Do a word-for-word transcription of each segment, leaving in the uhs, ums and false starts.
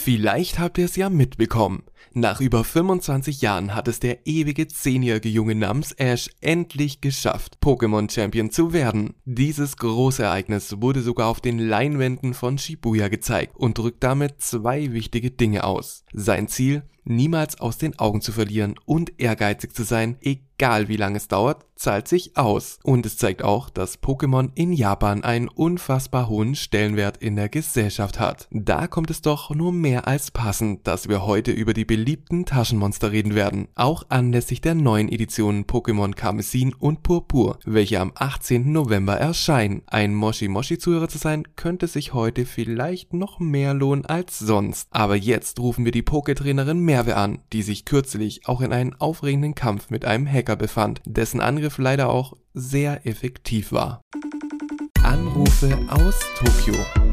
Vielleicht habt ihr es ja mitbekommen. Nach über fünfundzwanzig Jahren hat es der ewige zehnjährige Junge namens Ash endlich geschafft, Pokémon-Champion zu werden. Dieses große Ereignis wurde sogar auf den Leinwänden von Shibuya gezeigt und drückt damit zwei wichtige Dinge aus. Sein Ziel, niemals aus den Augen zu verlieren und ehrgeizig zu sein, egal wie lange es dauert, zahlt sich aus. Und es zeigt auch, dass Pokémon in Japan einen unfassbar hohen Stellenwert in der Gesellschaft hat. Da kommt es doch nur mehr als passend, dass wir heute über die beliebten Taschenmonster reden werden. Auch anlässlich der neuen Editionen Pokémon Karmesin und Purpur, welche am achtzehnten November erscheinen. Ein Moshi-Moshi-Zuhörer zu sein, könnte sich heute vielleicht noch mehr lohnen als sonst. Aber jetzt rufen wir die Pokétrainerin Merve an, die sich kürzlich auch in einem aufregenden Kampf mit einem Hacker befand, dessen Angriff leider auch sehr effektiv war. Anrufe aus Tokio.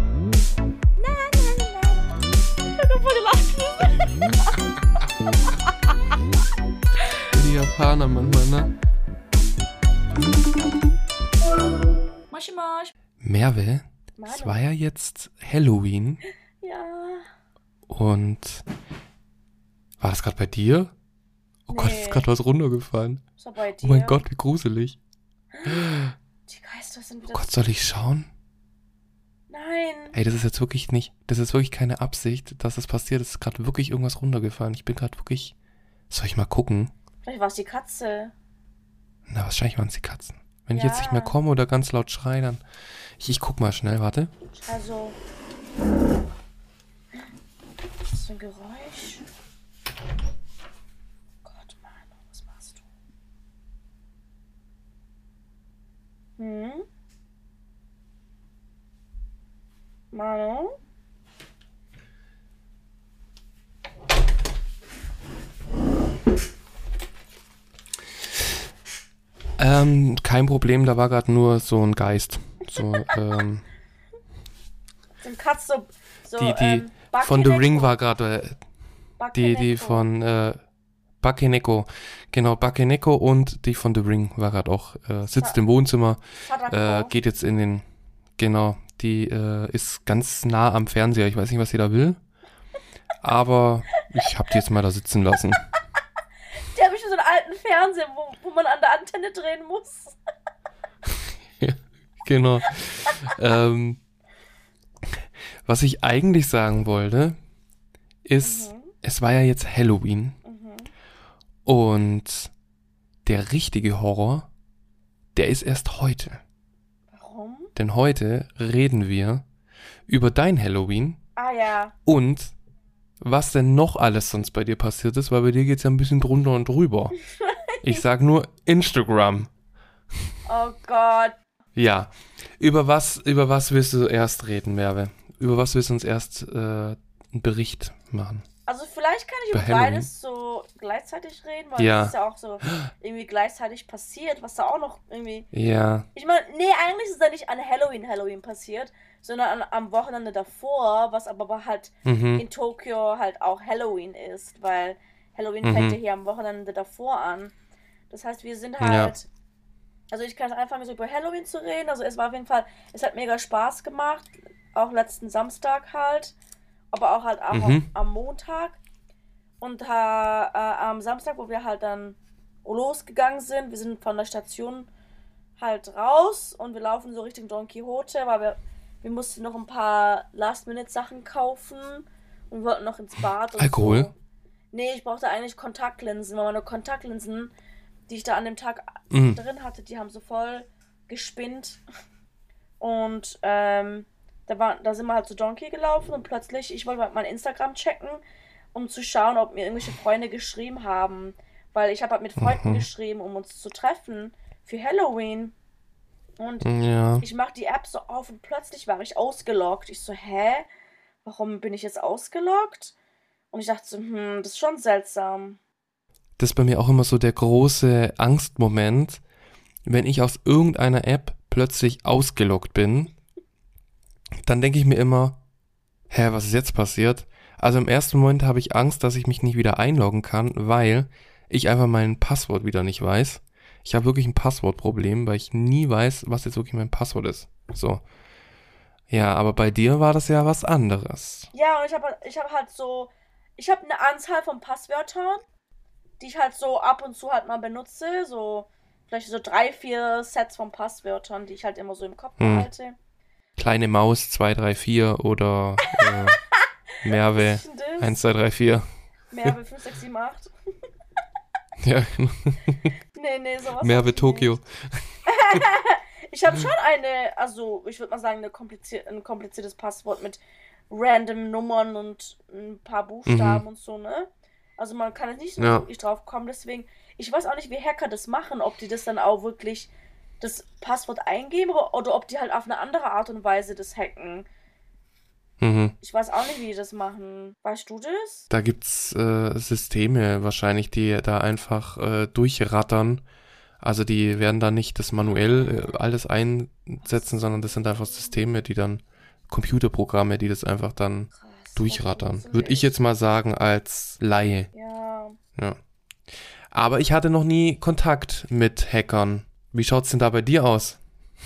Die Japaner manchmal, ne? Moshi Moshi. Merve, es war ja jetzt Halloween. Ja. Und war das gerade bei dir? Oh Nee. Gott, ist gerade was runtergefallen. So bei dir. Oh mein Gott, wie gruselig. Die Geister sind Oh wieder... Gott, soll ich schauen? Nein. Ey, das ist jetzt wirklich nicht, das ist wirklich keine Absicht, dass das passiert. Es ist gerade wirklich irgendwas runtergefallen. Ich bin gerade wirklich... Soll ich mal gucken? Vielleicht war es die Katze. Na, wahrscheinlich waren es die Katzen. Wenn ich Ja. jetzt nicht mehr komme oder ganz laut schreie, dann... Ich, ich guck mal schnell, warte. Also... Was ist das für ein Geräusch? Gott, Manu, was machst du? Hm? Manu? Ähm, kein Problem, da war gerade nur so ein Geist. So, ähm... So ein Katz, so... so die, die ähm, von The Bakeneko. Ring war gerade... Äh, die, die Bakeneko. von... Äh, Bakeneko. Genau, Bakeneko und die von The Ring war gerade auch... Äh, sitzt im Wohnzimmer, äh, Sadako. geht jetzt in den... Genau, die äh, ist ganz nah am Fernseher. Ich weiß nicht, was sie da will. Aber ich hab die jetzt mal da sitzen lassen. Die habe ich für so einen alten Fernseher, wo, wo man an der Antenne drehen muss. Genau. ähm, was ich eigentlich sagen wollte, ist, Mhm. es war ja jetzt Halloween Mhm. und der richtige Horror, der ist erst heute. Warum? Denn heute reden wir über dein Halloween Ah ja. und was denn noch alles sonst bei dir passiert ist, weil bei dir geht's ja ein bisschen drunter und drüber. Ich sag nur Instagram. Oh Gott. Ja, über was, über was willst du erst reden, Merve? Über was willst du uns erst äh, einen Bericht machen? Also vielleicht kann ich Bei über Halloween? beides so gleichzeitig reden, weil Ja. das ist ja auch so irgendwie gleichzeitig passiert, was da auch noch irgendwie... Ja, Ich meine, nee, eigentlich ist es ja nicht an Halloween Halloween passiert, sondern an, am Wochenende davor, was aber halt mhm, in Tokio halt auch Halloween ist, weil Halloween Mhm. fängt ja hier am Wochenende davor an. Das heißt, wir sind Ja. halt... Also ich kann anfangen, so über Halloween zu reden. Also es war auf jeden Fall... Es hat mega Spaß gemacht. Auch letzten Samstag halt. Aber auch halt auch Mhm. am Montag. Und äh, äh, am Samstag, wo wir halt dann losgegangen sind, wir sind von der Station halt raus und wir laufen so Richtung Don Quixote, weil wir, wir mussten noch ein paar Last-Minute-Sachen kaufen und wollten noch ins Bad und Alkohol? so. Nee, ich brauchte eigentlich Kontaktlinsen, weil meine Kontaktlinsen, die ich da an dem Tag mhm. drin hatte, die haben so voll gespinnt. Und ähm, da, war, da sind wir halt zu Donkey gelaufen und plötzlich, ich wollte mal mein Instagram checken, um zu schauen, ob mir irgendwelche Freunde geschrieben haben. Weil ich habe halt mit Freunden Mhm. geschrieben, um uns zu treffen für Halloween. Und Ja. ich mach die App so auf und plötzlich war ich ausgeloggt. Ich so, hä? Warum bin ich jetzt ausgeloggt? Und ich dachte so, hm, das ist schon seltsam. Das ist bei mir auch immer so der große Angstmoment, wenn ich aus irgendeiner App plötzlich ausgeloggt bin, dann denke ich mir immer, hä, was ist jetzt passiert? Also im ersten Moment habe ich Angst, dass ich mich nicht wieder einloggen kann, weil ich einfach mein Passwort wieder nicht weiß. Ich habe wirklich ein Passwortproblem, weil ich nie weiß, was jetzt wirklich mein Passwort ist. So. Ja, aber bei dir war das ja was anderes. Ja, und ich habe ich hab halt so, ich habe eine Anzahl von Passwörtern, die ich halt so ab und zu halt mal benutze, so vielleicht so drei, vier Sets von Passwörtern, die ich halt immer so im Kopf Hm. behalte. Kleine Maus zwei drei vier oder äh, Merve eins zwei drei vier. Merve fünf sechs sieben acht. Ja, Nee, nee, sowas. Merve Tokio. Ich habe schon eine, also ich würde mal sagen, eine komplizier ein kompliziertes Passwort mit random Nummern und ein paar Buchstaben Mhm. und so, ne? Also man kann jetzt nicht so Ja. wirklich drauf kommen, deswegen, ich weiß auch nicht, wie Hacker das machen, ob die das dann auch wirklich das Passwort eingeben oder ob die halt auf eine andere Art und Weise das hacken. Mhm. Ich weiß auch nicht, wie die das machen. Weißt du das? Da gibt's äh, Systeme wahrscheinlich, die da einfach äh, durchrattern. Also die werden da nicht das manuell äh, alles einsetzen, sondern das sind einfach Systeme, die dann, Computerprogramme, die das einfach dann Krass. durchrattern. voll Würde ich gruselig. jetzt mal sagen als Laie. Ja. Ja. Aber ich hatte noch nie Kontakt mit Hackern. Wie schaut's denn da bei dir aus?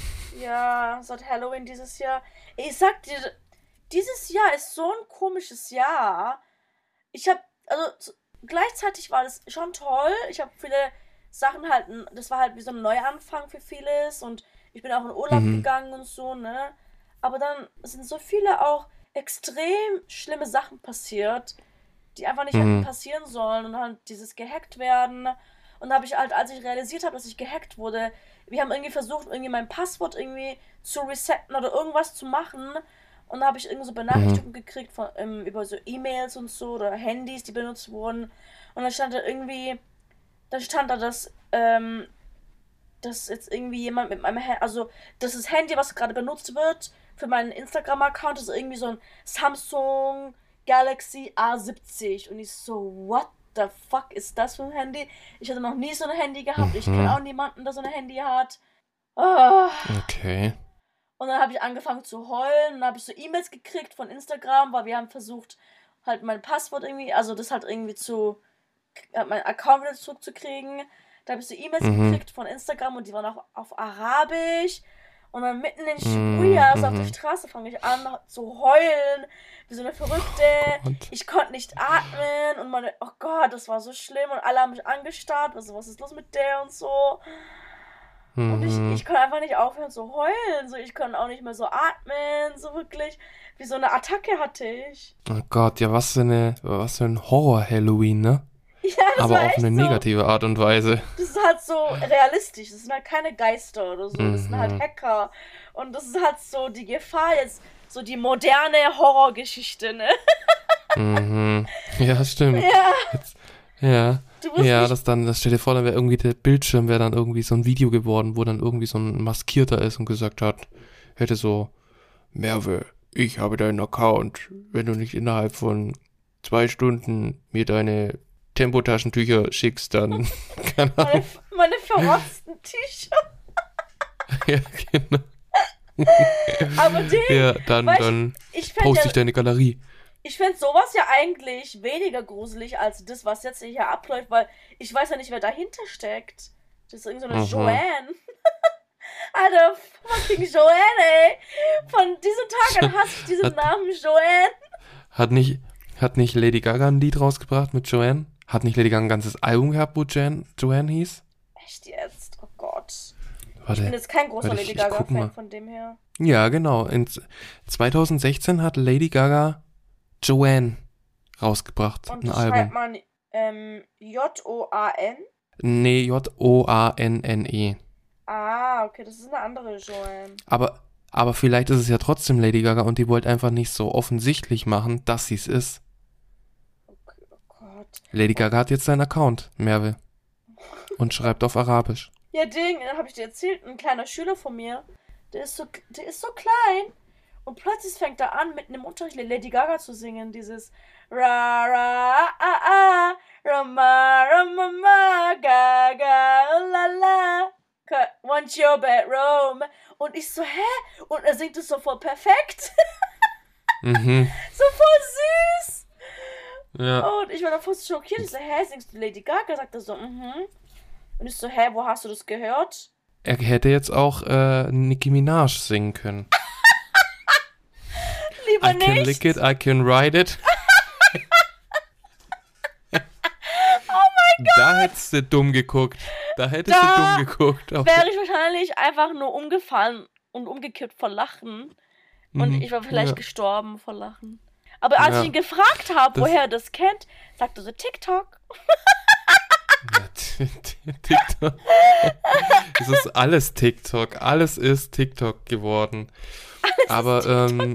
Ja, seit Halloween dieses Jahr. Ich sag dir, dieses Jahr ist so ein komisches Jahr. Ich hab, also z- gleichzeitig war das schon toll. Ich habe viele Sachen halt, n- das war halt wie so ein Neuanfang für vieles und ich bin auch in Urlaub Mhm. gegangen und so, ne? Aber dann sind so viele auch extrem schlimme Sachen passiert, die einfach nicht hätten Mhm. passieren sollen und halt dieses gehackt werden. Und da habe ich halt, als ich realisiert habe, dass ich gehackt wurde, wir haben irgendwie versucht, irgendwie mein Passwort irgendwie zu resetten oder irgendwas zu machen. Und da habe ich irgendwie so Mhm. Benachrichtigungen gekriegt von, ähm, über so E-Mails und so oder Handys, die benutzt wurden. Und dann stand da irgendwie, dann stand da, dass, ähm, dass jetzt irgendwie jemand mit meinem Handy, also das ist das Handy, was gerade benutzt wird für meinen Instagram-Account, ist irgendwie so ein Samsung Galaxy A siebzig. Und ich so, what the fuck ist das für ein Handy? Ich hatte noch nie so ein Handy gehabt. Ich kenne Mhm. auch niemanden, der so ein Handy hat. Ah. Okay. Und dann habe ich angefangen zu heulen. Und dann habe ich so E-Mails gekriegt von Instagram, weil wir haben versucht, halt mein Passwort irgendwie, also das halt irgendwie zu, äh, mein Account wieder zurückzukriegen. Da habe ich so E-Mails Mhm. gekriegt von Instagram und die waren auch auf Arabisch. Und dann mitten in Mhm. Shibuya, so auf der Mhm. Straße, fange ich an zu heulen, wie so eine Verrückte. Gott. Ich konnte nicht atmen und meine, oh Gott, das war so schlimm und alle haben mich angestarrt, also was ist los mit der und so. Und ich, Mhm. ich konnte einfach nicht aufhören zu heulen, so ich konnte auch nicht mehr so atmen, so wirklich, wie so eine Attacke hatte ich. Oh Gott, ja, was für eine, was für ein Horror-Halloween, ne? Ja, das Aber war auf echt eine so, negative Art und Weise. das ist halt so realistisch, das sind halt keine Geister oder so, das sind halt Mhm. Hacker. Und das ist halt so die Gefahr jetzt, so die moderne Horrorgeschichte, ne? Mhm. Ja, stimmt. Ja, Jetzt, ja. du wirst Ja, nicht, das dann, das stell dir vor, dann wäre irgendwie der Bildschirm, wäre dann irgendwie so ein Video geworden, wo dann irgendwie so ein Maskierter ist und gesagt hat, hätte so, Merve, ich habe deinen Account. Wenn du nicht innerhalb von zwei Stunden mir deine Tempotaschentücher schickst, dann, keine meine, Ahnung. meine verrotzten T-Shirts. Ja, genau. Aber Ding, Ja, dann, weißt dann ich fände poste ja, ich deine Galerie. ich fänd sowas ja eigentlich weniger gruselig als das, was jetzt hier abläuft, weil ich weiß ja nicht, wer dahinter steckt. Das ist irgend so eine Mhm. Joanne. Alter, fucking Joanne, ey. Von diesem Tag an hasse ich diesen Hat, Namen Joanne. hat nicht, hat nicht Lady Gaga ein Lied rausgebracht mit Joanne? Hat nicht Lady Gaga ein ganzes Album gehabt, wo Joanne, Joanne hieß? Echt jetzt? Oh Gott. Ich bin Warte, jetzt kein großer warte, ich, Lady ich guck Gaga-Fan mal. von dem her. Ja, genau. In z- zwanzig sechzehn hat Lady Gaga Joanne rausgebracht, Und ein das Album. schreibt man ähm, J O A N. Nee, J O A N N E. Ah, okay, das ist eine andere Joanne. Aber, aber vielleicht ist es ja trotzdem Lady Gaga und die wollte einfach nicht so offensichtlich machen, dass sie es ist. Okay, oh Gott. Lady Und Gaga hat jetzt seinen Account, Merve, und schreibt auf Arabisch. ja, Ding, dann habe ich dir erzählt, ein kleiner Schüler von mir, der ist so, der ist so klein und plötzlich fängt er an, mitten im Unterricht Lady Gaga zu singen, dieses Ra Ra Ah Ah Rama Rama Ma Gaga La La Want your bedroom und ich so, hä? Und er singt es so voll perfekt, Mhm. so voll süß. Ja. Und ich war dann voll schockiert, ich so, hä, singst du Lady Gaga? Sagt er so, mhm. Und ich so, hä, wo hast du das gehört? Er hätte jetzt auch äh, Nicki Minaj singen können. lieber I can nicht. lick it, I can ride it. Oh mein Gott. Da hättest du dumm geguckt. Da hättest Da du dumm geguckt. Oh. Wäre ich wahrscheinlich einfach nur umgefallen und umgekippt vor Lachen. Und Mhm. ich war vielleicht Ja. gestorben vor Lachen. Aber als Ja. ich ihn gefragt habe, Das- woher er das kennt, sagte er so TikTok. Ja, t- t- TikTok. Es ist alles TikTok. Alles ist TikTok geworden. Aber, ähm,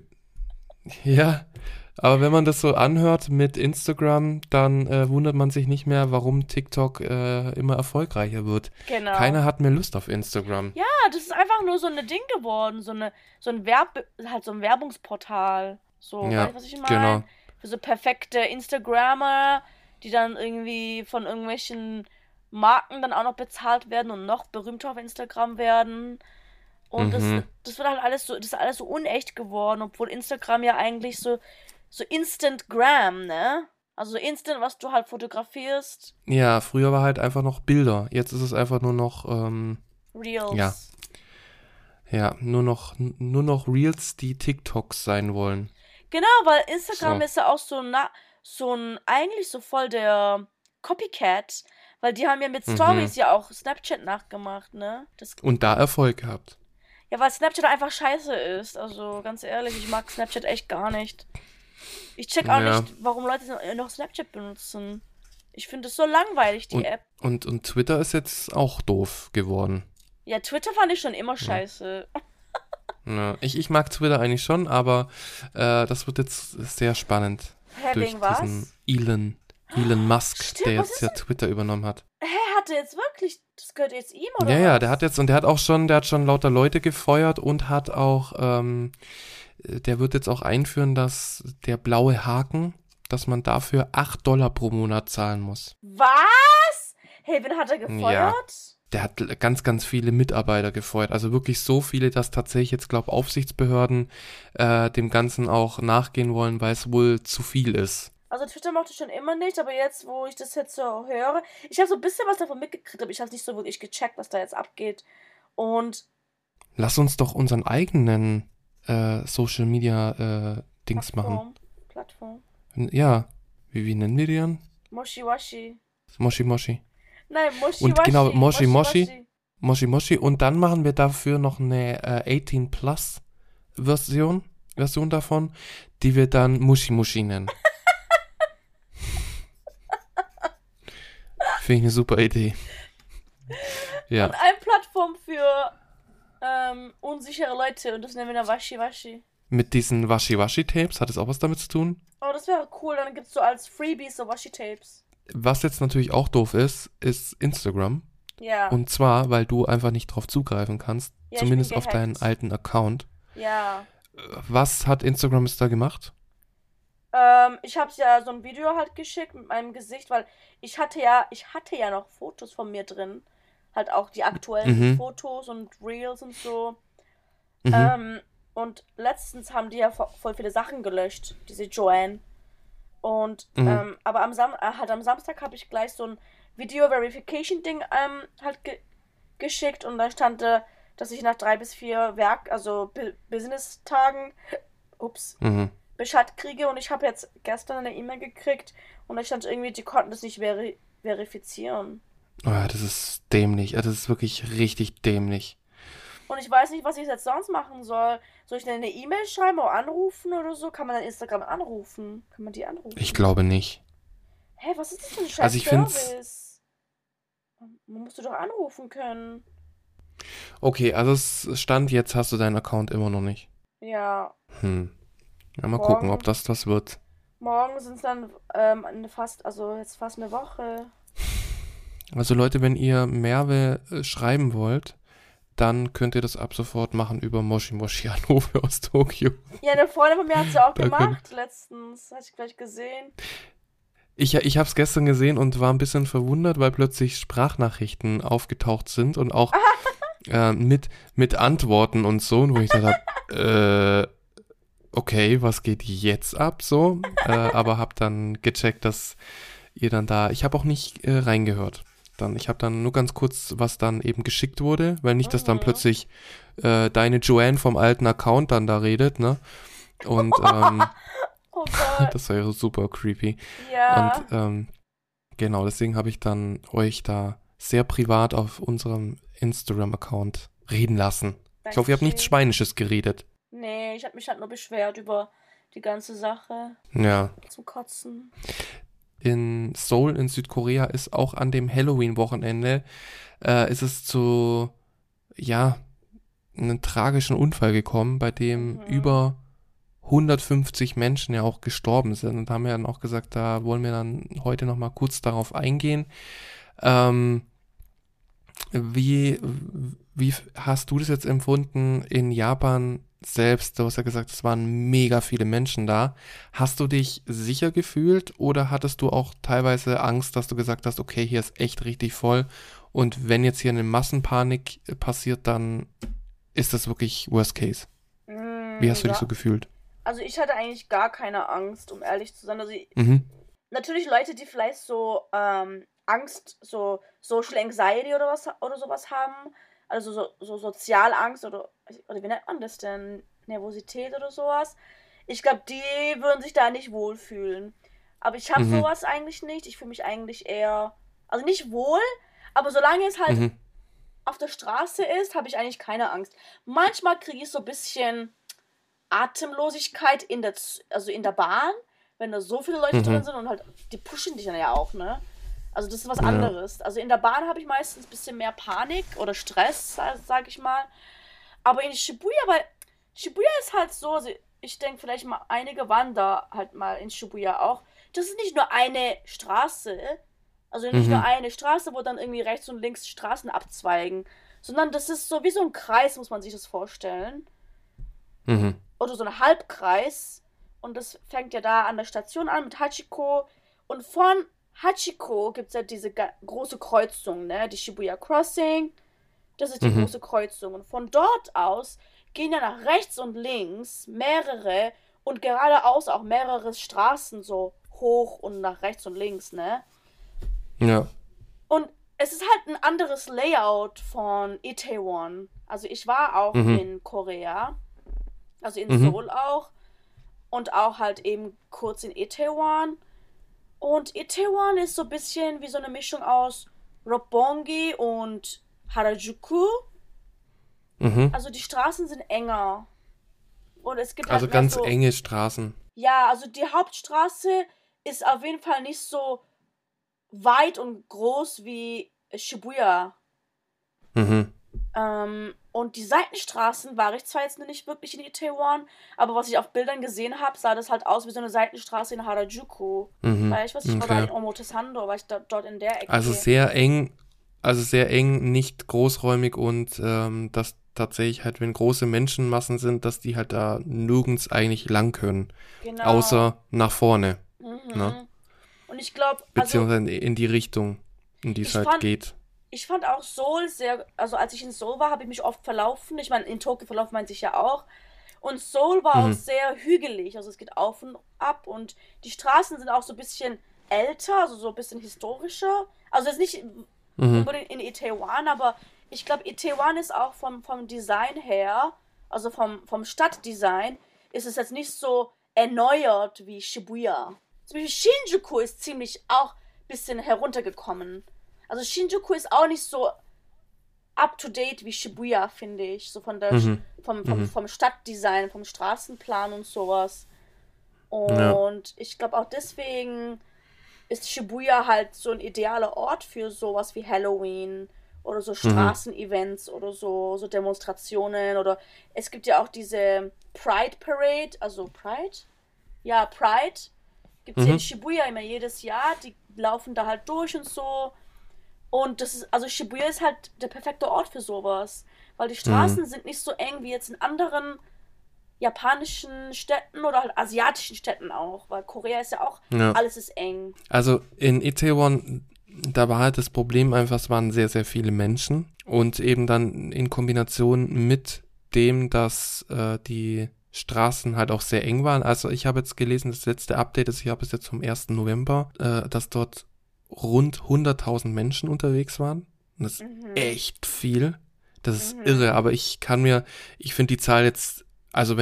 ja, aber wenn man das so anhört mit Instagram, dann äh, wundert man sich nicht mehr, warum TikTok äh, immer erfolgreicher wird. Genau. Keiner hat mehr Lust auf Instagram. Ja, das ist einfach nur so ein Ding geworden. So, eine, so ein Werb halt so ein Werbungsportal. So, Ja, weißt du, was ich meine? genau. Für so perfekte Instagrammer, die dann irgendwie von irgendwelchen Marken dann auch noch bezahlt werden und noch berühmter auf Instagram werden. Und das, Mhm. das wird halt alles so, das ist alles so unecht geworden, obwohl Instagram ja eigentlich so, so Instantgram, ne? Also so instant, was du halt fotografierst. Ja, früher war halt einfach noch Bilder. Jetzt ist es einfach nur noch, ähm, Reels. Ja. ja, nur noch, n- nur noch Reels, die TikToks sein wollen. Genau, weil Instagram So. ist ja auch so, na, so ein, eigentlich so voll der Copycat, weil die haben ja mit Mhm. Stories ja auch Snapchat nachgemacht, ne? Das, Und da Erfolg gehabt. ja, weil Snapchat einfach scheiße ist, also ganz ehrlich, ich mag Snapchat echt gar nicht. Ich check auch Ja. nicht, warum Leute noch Snapchat benutzen. Ich finde es so langweilig, die Und- App. Und, und Twitter ist jetzt auch doof geworden. Ja, Twitter fand ich schon immer scheiße. Ja, ich, ich mag Twitter eigentlich schon, aber äh, das wird jetzt sehr spannend. Hä, durch wegen was? diesen Elon, Elon Musk, Stimmt, der was jetzt ist ja Twitter übernommen hat. Hä, hat der jetzt wirklich, das gehört jetzt ihm, oder Ja, was? ja, der hat jetzt, und der hat auch schon, der hat schon lauter Leute gefeuert und hat auch, ähm, der wird jetzt auch einführen, dass der blaue Haken, dass man dafür acht Dollar pro Monat zahlen muss. Was? Hey, wen hat er gefeuert? Der hat ganz, ganz viele Mitarbeiter gefeuert. Also wirklich so viele, dass tatsächlich jetzt, glaube ich, Aufsichtsbehörden äh, dem Ganzen auch nachgehen wollen, weil es wohl zu viel ist. Also Twitter mochte ich schon immer nicht, aber jetzt, wo ich das jetzt so höre, ich habe so ein bisschen was davon mitgekriegt, aber ich habe nicht so wirklich gecheckt, was da jetzt abgeht. Und Lass uns doch unseren eigenen äh, Social Media äh, Dings machen. Plattform. Ja, wie, wie nennen wir die dann? Moshi Washi. Moshi Moshi. Nein, Moshi Und Washi. genau, Moshi Moshi. Washi. Moshi Moshi. Und dann machen wir dafür noch eine äh, achtzehn Plus Version, Version davon, die wir dann Mushi Mushi nennen. Finde ich eine super Idee. Ja. Und eine Plattform für ähm, unsichere Leute und das nennen wir dann Washi Washi. Mit diesen Washi-Washi-Tapes hat es auch was damit zu tun. Oh, das wäre cool, dann gibt's so als Freebies so Washi-Tapes. Was jetzt natürlich auch doof ist, ist Instagram. Ja. Und zwar, weil du einfach nicht drauf zugreifen kannst. Ja, ich zumindest bin auf deinen gehackt. alten Account. Ja. Was hat Instagram jetzt da gemacht? Ähm, ich habe ja so ein Video halt geschickt mit meinem Gesicht, weil ich hatte ja, ich hatte ja noch Fotos von mir drin. Halt auch die aktuellen Mhm. Fotos und Reels und so. Mhm. Ähm, und letztens haben die ja vo- voll viele Sachen gelöscht, diese Joanne. Und, Mhm. ähm, aber am, Sam äh, halt am Samstag habe ich gleich so ein Video-Verification-Ding ähm, halt ge geschickt und da stand, äh, dass ich nach drei bis vier Werk, also Bu- Business-Tagen, ups, Mhm. Bescheid kriege und ich habe jetzt gestern eine E-Mail gekriegt und da stand irgendwie, die konnten das nicht veri verifizieren. Oh, das ist dämlich. Das ist wirklich richtig dämlich. Und ich weiß nicht, was ich jetzt sonst machen soll. Soll ich denn eine E-Mail schreiben oder anrufen oder so? Kann man dann Instagram anrufen? Kann man die anrufen? Ich glaube nicht. Hä, was ist das für ein scheiß Also ich find's- Service? Man musst du doch anrufen können. Okay, also es stand jetzt, hast du deinen Account immer noch nicht. Ja, Hm. Ja, mal Morgen. gucken, ob das das wird. morgen sind es dann ähm, eine fast, also jetzt fast eine Woche. Also Leute, wenn ihr Merve äh, schreiben wollt, dann könnt ihr das ab sofort machen über Moshi Moshi Anrufe aus Tokio. Ja, eine Freundin von mir hat es ja auch Da gemacht letztens. Hatte ich gleich gesehen. Ich, ich habe es gestern gesehen und war ein bisschen verwundert, weil plötzlich Sprachnachrichten aufgetaucht sind und auch äh, mit, mit Antworten und so, und wo ich dachte, äh, okay, was geht jetzt ab so? Äh, aber habe dann gecheckt, dass ihr dann da, ich habe auch nicht äh, reingehört. Dann, ich habe dann nur ganz kurz, was dann eben geschickt wurde, weil nicht, dass dann Mhm. plötzlich äh, deine Joanne vom alten Account dann da redet, ne? Und ähm, Oh Gott. das wäre super creepy. Ja. Und ähm, genau, deswegen habe ich dann euch da sehr privat auf unserem Instagram-Account reden lassen. Ich hoffe, ihr habt nichts Dankeschön. Spanisches geredet. Nee, ich habe mich halt nur beschwert über die ganze Sache Ja. zum Kotzen. In Seoul in Südkorea ist auch an dem Halloween-Wochenende äh, ist es zu, ja, einem tragischen Unfall gekommen, bei dem Mhm. über hundertfünfzig Menschen ja auch gestorben sind. Und haben ja dann auch gesagt, da wollen wir dann heute nochmal kurz darauf eingehen. Ähm, wie, wie hast du das jetzt empfunden in Japan selbst? Du hast ja gesagt, es waren mega viele Menschen da. Hast du dich sicher gefühlt oder hattest du auch teilweise Angst, dass du gesagt hast, okay, hier ist echt richtig voll und wenn jetzt hier eine Massenpanik passiert, dann ist das wirklich Worst Case? Wie Mm, hast du dich so ja. gefühlt? Also ich hatte eigentlich gar keine Angst, um ehrlich zu sein. Also ich, Mhm. natürlich Leute, die vielleicht so ähm, Angst, so Social Anxiety oder was oder sowas haben, also so, so Sozialangst oder, oder wie nennt man das denn? Nervosität oder sowas. Ich glaube, die würden sich da nicht wohlfühlen. Aber ich habe Mhm. sowas eigentlich nicht. Ich fühle mich eigentlich eher, also nicht wohl, aber solange es halt Mhm. auf der Straße ist, habe ich eigentlich keine Angst. Manchmal kriege ich so ein bisschen Atemlosigkeit in der, Z- also in der Bahn, wenn da so viele Leute drin Mhm. sind und halt, die pushen dich dann ja auch, ne? Also das ist was Ja. anderes. Also in der Bahn habe ich meistens ein bisschen mehr Panik oder Stress, sa- sag ich mal. Aber in Shibuya, weil Shibuya ist halt so, also ich denke vielleicht mal, einige waren da halt mal in Shibuya auch. Das ist nicht nur eine Straße, also nicht nur Mhm. eine Straße, wo dann irgendwie rechts und links Straßen abzweigen, sondern das ist so wie so ein Kreis, muss man sich das vorstellen. Mhm. Oder so ein Halbkreis. Und das fängt ja da an der Station an mit Hachiko. Und von Hachiko gibt es ja diese ga- große Kreuzung, ne? Die Shibuya Crossing. Das ist die Mhm. große Kreuzung. Und von dort aus gehen ja nach rechts und links mehrere und geradeaus auch mehrere Straßen so hoch und nach rechts und links, ne? Ja. Und es ist halt ein anderes Layout von Itaewon. Also ich war auch Mhm. in Korea, also in Mhm. Seoul auch. Und auch halt eben kurz in Itaewon. Und Itaewon ist so ein bisschen wie so eine Mischung aus Roppongi und Harajuku. Mhm. Also die Straßen sind enger. Und es gibt Also halt mehr ganz so. enge Straßen. Ja, also die Hauptstraße ist auf jeden Fall nicht so weit und groß wie Shibuya. Mhm. Ähm, und die Seitenstraßen war ich zwar jetzt noch nicht wirklich in Itaewon, aber was ich auf Bildern gesehen habe, sah das halt aus wie so eine Seitenstraße in Harajuku. Mhm. Weil ich weiß, ich war da Okay. in Omotesando, weil ich da, dort in der Also Ecke. sehr eng, also sehr eng, nicht großräumig und ähm, dass tatsächlich halt, wenn große Menschenmassen sind, dass die halt da nirgends eigentlich lang können. Genau. Außer nach vorne, ne? Mhm. Und ich glaube, also Beziehungsweise in in die Richtung, in die es ich halt fand, geht. ich fand auch Seoul sehr, also als ich in Seoul war, habe ich mich oft verlaufen. Ich meine, in Tokio verlaufen man sich ja auch. Und Seoul war auch Mhm. sehr hügelig, also es geht auf und ab und die Straßen sind auch so ein bisschen älter, also so ein bisschen historischer. Also jetzt nicht Mhm. unbedingt in Itaewon, aber ich glaube, Itaewon ist auch vom, vom Design her, also vom, vom Stadtdesign, ist es jetzt nicht so erneuert wie Shibuya. Zum Beispiel Shinjuku ist ziemlich auch ein bisschen heruntergekommen. Also Shinjuku ist auch nicht so up to date wie Shibuya, finde ich. So von der Mhm. vom, vom, Mhm. vom Stadtdesign, vom Straßenplan und sowas. Ja. Und ich glaube auch deswegen ist Shibuya halt so ein idealer Ort für sowas wie Halloween oder so Mhm. Straßenevents oder so, so Demonstrationen oder es gibt ja auch diese Pride Parade, also Pride? Ja, Pride gibt es ja in Mhm. Shibuya immer jedes Jahr, die laufen da halt durch und so. Und das ist, also Shibuya ist halt der perfekte Ort für sowas, weil die Mhm. Straßen sind nicht so eng wie jetzt in anderen japanischen Städten oder halt asiatischen Städten auch, weil Korea ist ja auch, Ja. alles ist eng. Also in Itaewon, da war halt das Problem einfach, es waren sehr, sehr viele Menschen und eben dann in Kombination mit dem, dass äh, die Straßen halt auch sehr eng waren. Also ich habe jetzt gelesen, das letzte Update ist, ich habe es jetzt vom ersten November, äh, dass dort rund hunderttausend Menschen unterwegs waren. Und das ist Mhm. echt viel. Das ist Mhm. irre, aber ich kann mir, ich finde die Zahl jetzt, also wenn ich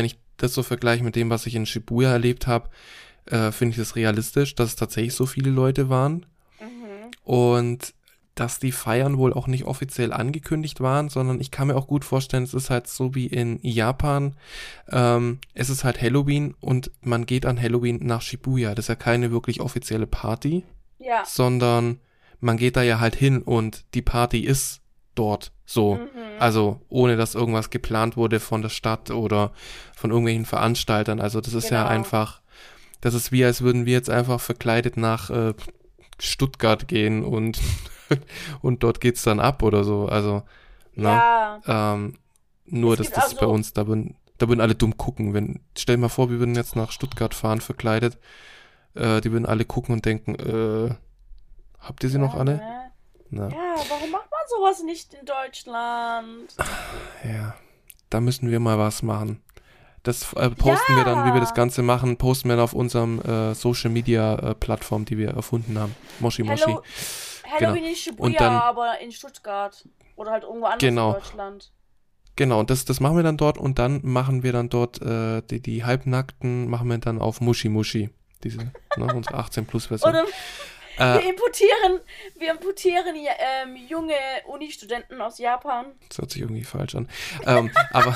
das so vergleiche mit dem, was ich in Shibuya erlebt habe, äh, finde ich das realistisch, dass es tatsächlich so viele Leute waren. Mhm. Und dass die Feiern wohl auch nicht offiziell angekündigt waren, sondern ich kann mir auch gut vorstellen, es ist halt so wie in Japan, ähm, es ist halt Halloween und man geht an Halloween nach Shibuya. Das ist ja keine wirklich offizielle Party, Ja. sondern man geht da ja halt hin und die Party ist dort so. Mhm. Also ohne, dass irgendwas geplant wurde von der Stadt oder von irgendwelchen Veranstaltern. Also das ist ja Genau. einfach, das ist wie, als würden wir jetzt einfach verkleidet nach äh, Stuttgart gehen und und dort geht's dann ab oder so. Also, na, Ja. ähm, nur, Es dass gibt das also- bei uns, da würden, da würden alle dumm gucken. Wenn, stell dir mal vor, wir würden jetzt nach Stuttgart fahren, verkleidet. Äh, die würden alle gucken und denken, äh, habt ihr sie noch Ja, alle? ne? Na, Ja, warum macht man sowas nicht in Deutschland? ja. Da müssen wir mal was machen. Das äh, posten wir dann, wie wir das Ganze machen, posten wir dann auf unserem äh, Social Media äh, Plattform, die wir erfunden haben. Moshi Moshi. Hallo, Halloween in Shibuya, Und dann- aber in Stuttgart. Oder halt irgendwo anders Genau. in Deutschland. Genau, und das, das machen wir dann dort und dann machen wir dann dort äh, die, die Halbnackten machen wir dann auf Mushi Mushi. Diese, ne, unsere achtzehn Plus Version. Oder Äh, wir importieren, wir importieren ja, ähm, junge Uni-Studenten aus Japan. das hört sich irgendwie falsch an. ähm, aber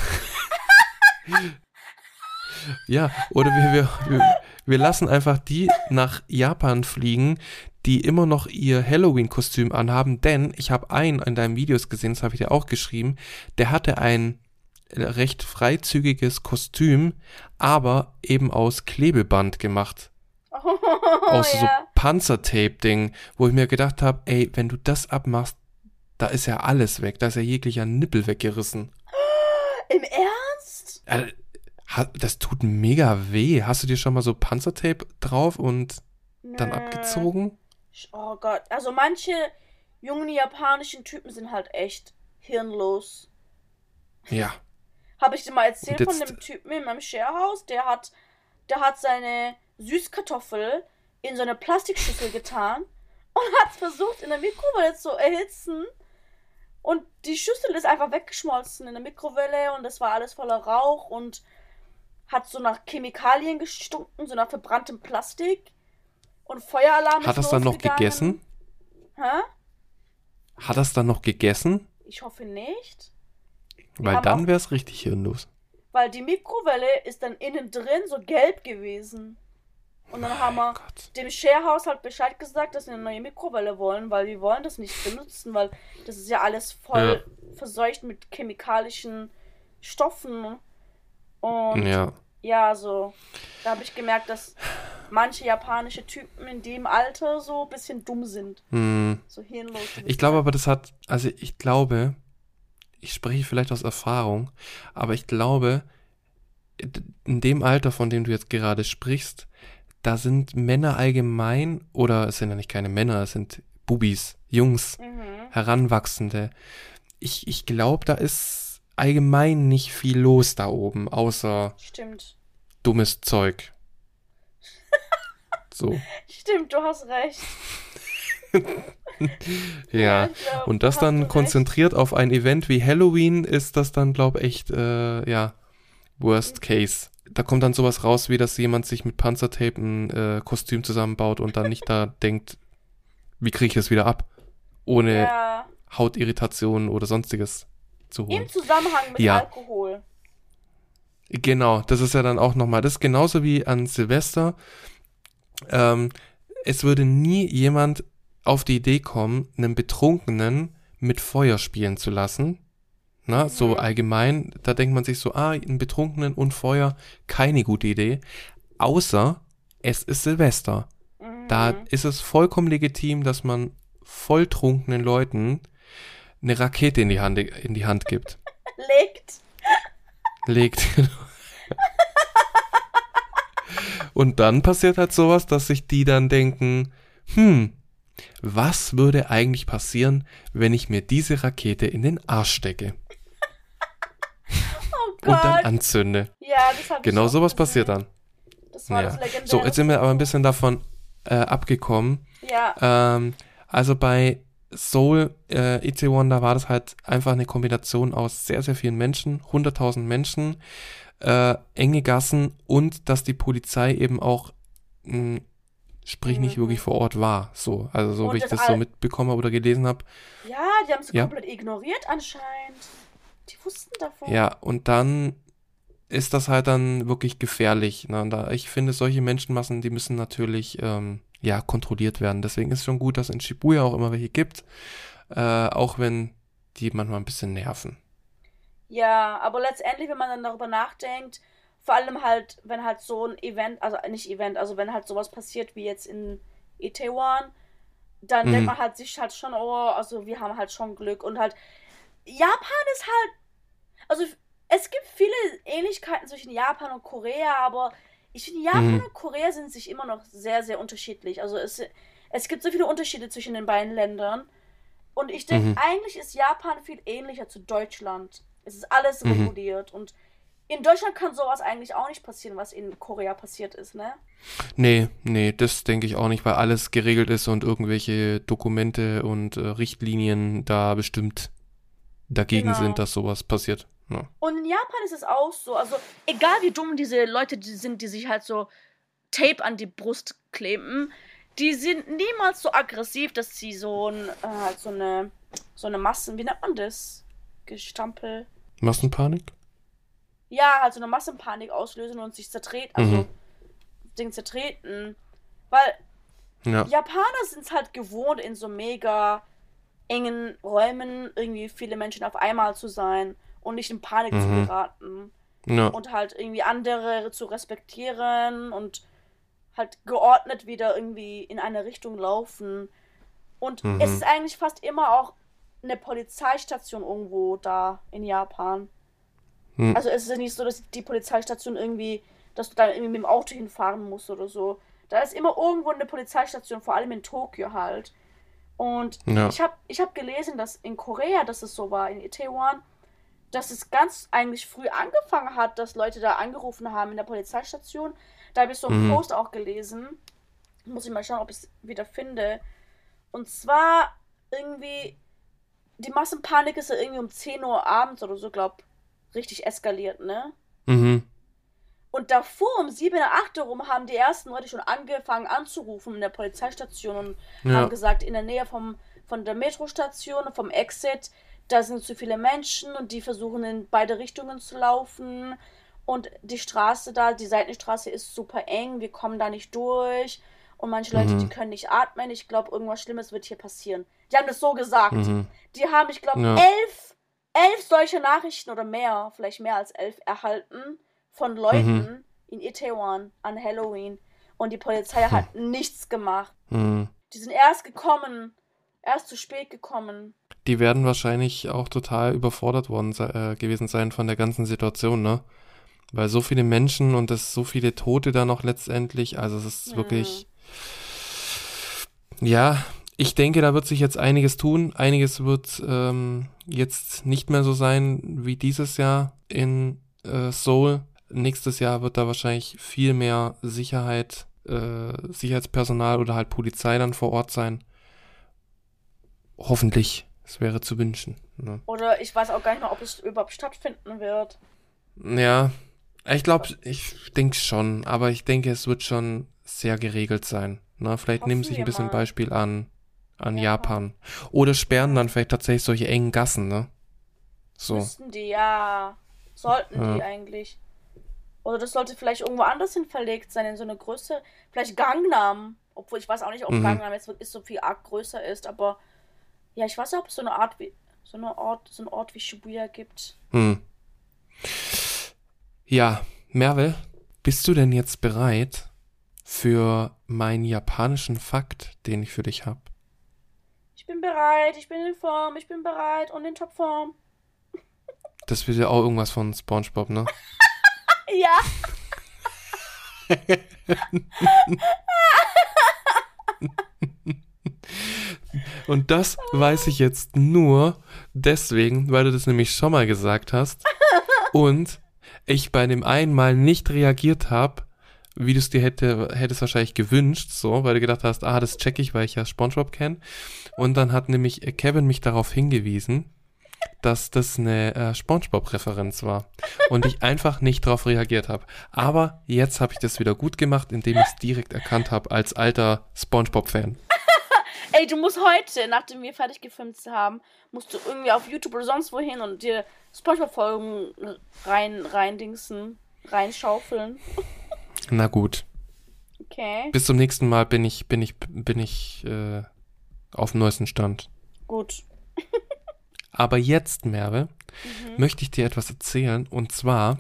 ja, oder wir, wir, wir, wir lassen einfach die nach Japan fliegen, die immer noch ihr Halloween-Kostüm anhaben, denn ich habe einen in deinen Videos gesehen, das habe ich dir auch geschrieben, der hatte ein recht freizügiges Kostüm, aber eben aus Klebeband gemacht. Oh, Aus so ja. Panzertape-Ding, wo ich mir gedacht habe, ey, wenn du das abmachst, da ist ja alles weg, da ist ja jeglicher Nippel weggerissen. Im Ernst? Äh, ha- Das tut mega weh. Hast du dir schon mal so Panzertape drauf und dann Nö. abgezogen? Oh Gott, also manche jungen japanischen Typen sind halt echt hirnlos. Ja. Habe ich dir mal erzählt Und von jetzt- dem Typen in meinem Sharehouse? Der hat, der hat seine Süßkartoffel in so eine Plastikschüssel getan und hat versucht, in der Mikrowelle zu erhitzen. Und die Schüssel ist einfach weggeschmolzen in der Mikrowelle und das war alles voller Rauch und hat so nach Chemikalien gestunken, so nach verbranntem Plastik. Und Feueralarm ist Hat das dann noch losgegangen. gegessen? Hä? Hat das dann noch gegessen? Ich hoffe nicht. Weil haben dann auch- wäre es richtig hirnlos. Weil die Mikrowelle ist dann innen drin so gelb gewesen. Und dann haben wir Gott. dem Sharehouse halt Bescheid gesagt, dass wir eine neue Mikrowelle wollen, weil die wollen das nicht benutzen, weil das ist ja alles voll verseucht mit chemikalischen Stoffen. Und ja, Ja. so, da habe ich gemerkt, dass manche japanische Typen in dem Alter so ein bisschen dumm sind. Hm. So hirnlos. Ich glaube aber, das hat, also ich glaube, ich spreche vielleicht aus Erfahrung, aber ich glaube, in dem Alter, von dem du jetzt gerade sprichst, da sind Männer allgemein, oder es sind ja nicht keine Männer, es sind Bubis, Jungs, Mhm. Heranwachsende. Ich, ich glaube, da ist allgemein nicht viel los da oben, außer Stimmt. dummes Zeug. So, Stimmt, du hast recht. ja. ich glaub, Und das hast du dann recht. konzentriert auf ein Event wie Halloween ist das dann, glaube ich, echt, äh, ja, worst case. Da kommt dann sowas raus, wie dass jemand sich mit Panzertape ein äh, Kostüm zusammenbaut und dann nicht da denkt, wie kriege ich das wieder ab, ohne Ja, Hautirritationen oder sonstiges zu im holen. Zusammenhang mit Ja. Alkohol. Genau, das ist ja dann auch nochmal, das ist genauso wie an Silvester. Ähm, es würde nie jemand auf die Idee kommen, einen Betrunkenen mit Feuer spielen zu lassen. Na, so Mhm. allgemein, da denkt man sich so, ah, einen Betrunkenen und Feuer, keine gute Idee. Außer es ist Silvester. Mhm. Da ist es vollkommen legitim, dass man volltrunkenen Leuten eine Rakete in die Hand, in die Hand gibt. Legt. Legt. Und dann passiert halt sowas, dass sich die dann denken, hm, was würde eigentlich passieren, wenn ich mir diese Rakete in den Arsch stecke Oh und dann Gott. anzünde? Ja, das hab ich Genau auch sowas gesehen. passiert dann. Das war Ja. das legendäre So, jetzt sind wir aber ein Foto. bisschen davon äh, abgekommen. Ja. Ähm, also bei Seoul, äh, Itaewon, da war das halt einfach eine Kombination aus sehr, sehr vielen Menschen, hunderttausend Menschen, äh, enge Gassen und dass die Polizei eben auch, mh, sprich, nicht Mhm. wirklich vor Ort war. So, also so Und wie ich das das so all- mitbekommen habe oder gelesen habe. Ja, die haben es Ja. komplett ignoriert anscheinend. Die wussten davon. Ja, und dann ist das halt dann wirklich gefährlich. Ne? Und da, ich finde, solche Menschenmassen, die müssen natürlich ähm, ja, kontrolliert werden. Deswegen ist es schon gut, dass es in Shibuya auch immer welche gibt, äh, auch wenn die manchmal ein bisschen nerven. Ja, aber letztendlich, wenn man dann darüber nachdenkt, vor allem halt, wenn halt so ein Event, also nicht Event, also wenn halt sowas passiert wie jetzt in Itaewon, dann denkt Mhm. man halt sich halt schon, oh, also wir haben halt schon Glück und halt, Japan ist halt, also es gibt viele Ähnlichkeiten zwischen Japan und Korea, aber ich finde, Japan Mhm. und Korea sind sich immer noch sehr, sehr unterschiedlich. Also es, es gibt so viele Unterschiede zwischen den beiden Ländern. Und ich denke, Mhm. eigentlich ist Japan viel ähnlicher zu Deutschland. Es ist alles Mhm. reguliert. Und in Deutschland kann sowas eigentlich auch nicht passieren, was in Korea passiert ist, ne? Nee, nee, das denke ich auch nicht, weil alles geregelt ist und irgendwelche Dokumente und äh, Richtlinien da bestimmt dagegen sind, Genau. dass sowas passiert. Ja. Und in Japan ist es auch so. Also, egal wie dumm diese Leute die sind, die sich halt so Tape an die Brust kleben, die sind niemals so aggressiv, dass sie so, ein, äh, halt so eine so eine Massen, wie nennt man das? Gestampel. Massenpanik? Ja, halt so eine Massenpanik auslösen und sich zertreten, also Mhm. Ding zertreten. Weil Ja. Japaner sind es halt gewohnt, in so mega engen Räumen irgendwie viele Menschen auf einmal zu sein und nicht in Panik zu Mhm. geraten. Ja. Und halt irgendwie andere zu respektieren und halt geordnet wieder irgendwie in eine Richtung laufen. Und Mhm. es ist eigentlich fast immer auch eine Polizeistation irgendwo da in Japan. Mhm. Also es ist ja nicht so, dass die Polizeistation irgendwie, dass du da irgendwie mit dem Auto hinfahren musst oder so. Da ist immer irgendwo eine Polizeistation, vor allem in Tokio halt. Und Ja. ich habe ich hab gelesen, dass in Korea, dass es so war, in Itaewon, dass es ganz eigentlich früh angefangen hat, dass Leute da angerufen haben in der Polizeistation. Da habe ich so einen Mhm. Post auch gelesen. Muss ich mal schauen, ob ich es wieder finde. Und zwar irgendwie, die Massenpanik ist ja irgendwie um zehn Uhr abends oder so, glaub, richtig eskaliert, ne? Mhm. Und davor, um sieben oder acht Uhr rum, haben die ersten Leute schon angefangen anzurufen in der Polizeistation und Ja. haben gesagt, in der Nähe vom, von der Metrostation, vom Exit, da sind zu viele Menschen und die versuchen in beide Richtungen zu laufen. Und die Straße da, die Seitenstraße ist super eng, wir kommen da nicht durch. Und manche Leute, die Mhm. können nicht atmen. Ich glaube, irgendwas Schlimmes wird hier passieren. Die haben das so gesagt. Mhm. Die haben, ich glaube, Ja. elf, elf solche Nachrichten oder mehr, vielleicht mehr als elf, erhalten von Leuten Mhm. in Itaewon an Halloween. Und die Polizei hat nichts gemacht. Mhm. Die sind erst gekommen, erst zu spät gekommen. Die werden wahrscheinlich auch total überfordert worden se- äh, gewesen sein von der ganzen Situation, ne? Weil so viele Menschen und es so viele Tote da noch letztendlich, also es ist Ja. wirklich, ja, ich denke, da wird sich jetzt einiges tun. Einiges wird ähm, jetzt nicht mehr so sein wie dieses Jahr in äh, Seoul. Nächstes Jahr wird da wahrscheinlich viel mehr Sicherheit, äh, Sicherheitspersonal oder halt Polizei dann vor Ort sein. Hoffentlich. Es wäre zu wünschen. Ne? Oder ich weiß auch gar nicht mehr, ob es überhaupt stattfinden wird. Ja, ich glaube, ich denke schon, aber ich denke, es wird schon sehr geregelt sein. Ne? Vielleicht Hoffen nehmen sich wir ein bisschen mal. Beispiel an, an Japan. Japan. Oder sperren dann vielleicht tatsächlich solche engen Gassen, ne? So. Müssten die, ja. Sollten die Ja. eigentlich. Oder das sollte vielleicht irgendwo anders hin verlegt sein, in so eine Größe. Vielleicht Gangnam. Obwohl ich weiß auch nicht, ob Mhm. Gangnam jetzt wirklich so viel arg größer ist, aber ja, ich weiß nicht, ob es so eine Art wie so eine Ort, so einen Ort wie Shibuya gibt. Hm. Ja, Merve, bist du denn jetzt bereit für meinen japanischen Fakt, den ich für dich habe? Ich bin bereit, ich bin in Form, ich bin bereit und in Topform. Das wird ja auch irgendwas von SpongeBob, ne? Ja. Und das weiß ich jetzt nur deswegen, weil du das nämlich schon mal gesagt hast und ich bei dem einen Mal nicht reagiert habe, wie du es dir hätte, hättest wahrscheinlich gewünscht, so, weil du gedacht hast, ah, das check ich, weil ich ja SpongeBob kenne. Und dann hat nämlich Kevin mich darauf hingewiesen, dass das eine äh, SpongeBob-Referenz war und ich einfach nicht darauf reagiert habe. Aber jetzt habe ich das wieder gut gemacht, indem ich es direkt erkannt habe als alter SpongeBob-Fan. Ey, du musst heute, nachdem wir fertig gefilmt haben, musst du irgendwie auf YouTube oder sonst wohin und dir SpongeBob-Folgen rein, reindingsen, reinschaufeln. Na gut. Okay. Bis zum nächsten Mal bin ich, bin ich, bin ich äh, auf dem neuesten Stand. Gut. Aber jetzt, Merve, Mhm. möchte ich dir etwas erzählen. Und zwar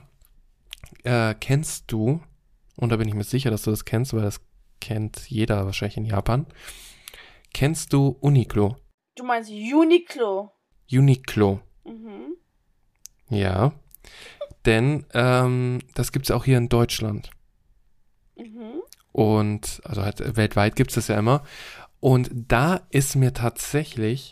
äh, kennst du, und da bin ich mir sicher, dass du das kennst, weil das kennt jeder wahrscheinlich in Japan, kennst du Uniqlo? Du meinst Uniqlo? Uniqlo, Mhm. ja. Denn ähm, das gibt es auch hier in Deutschland. Mhm. Und, also halt weltweit gibt es das ja immer. Und da ist mir tatsächlich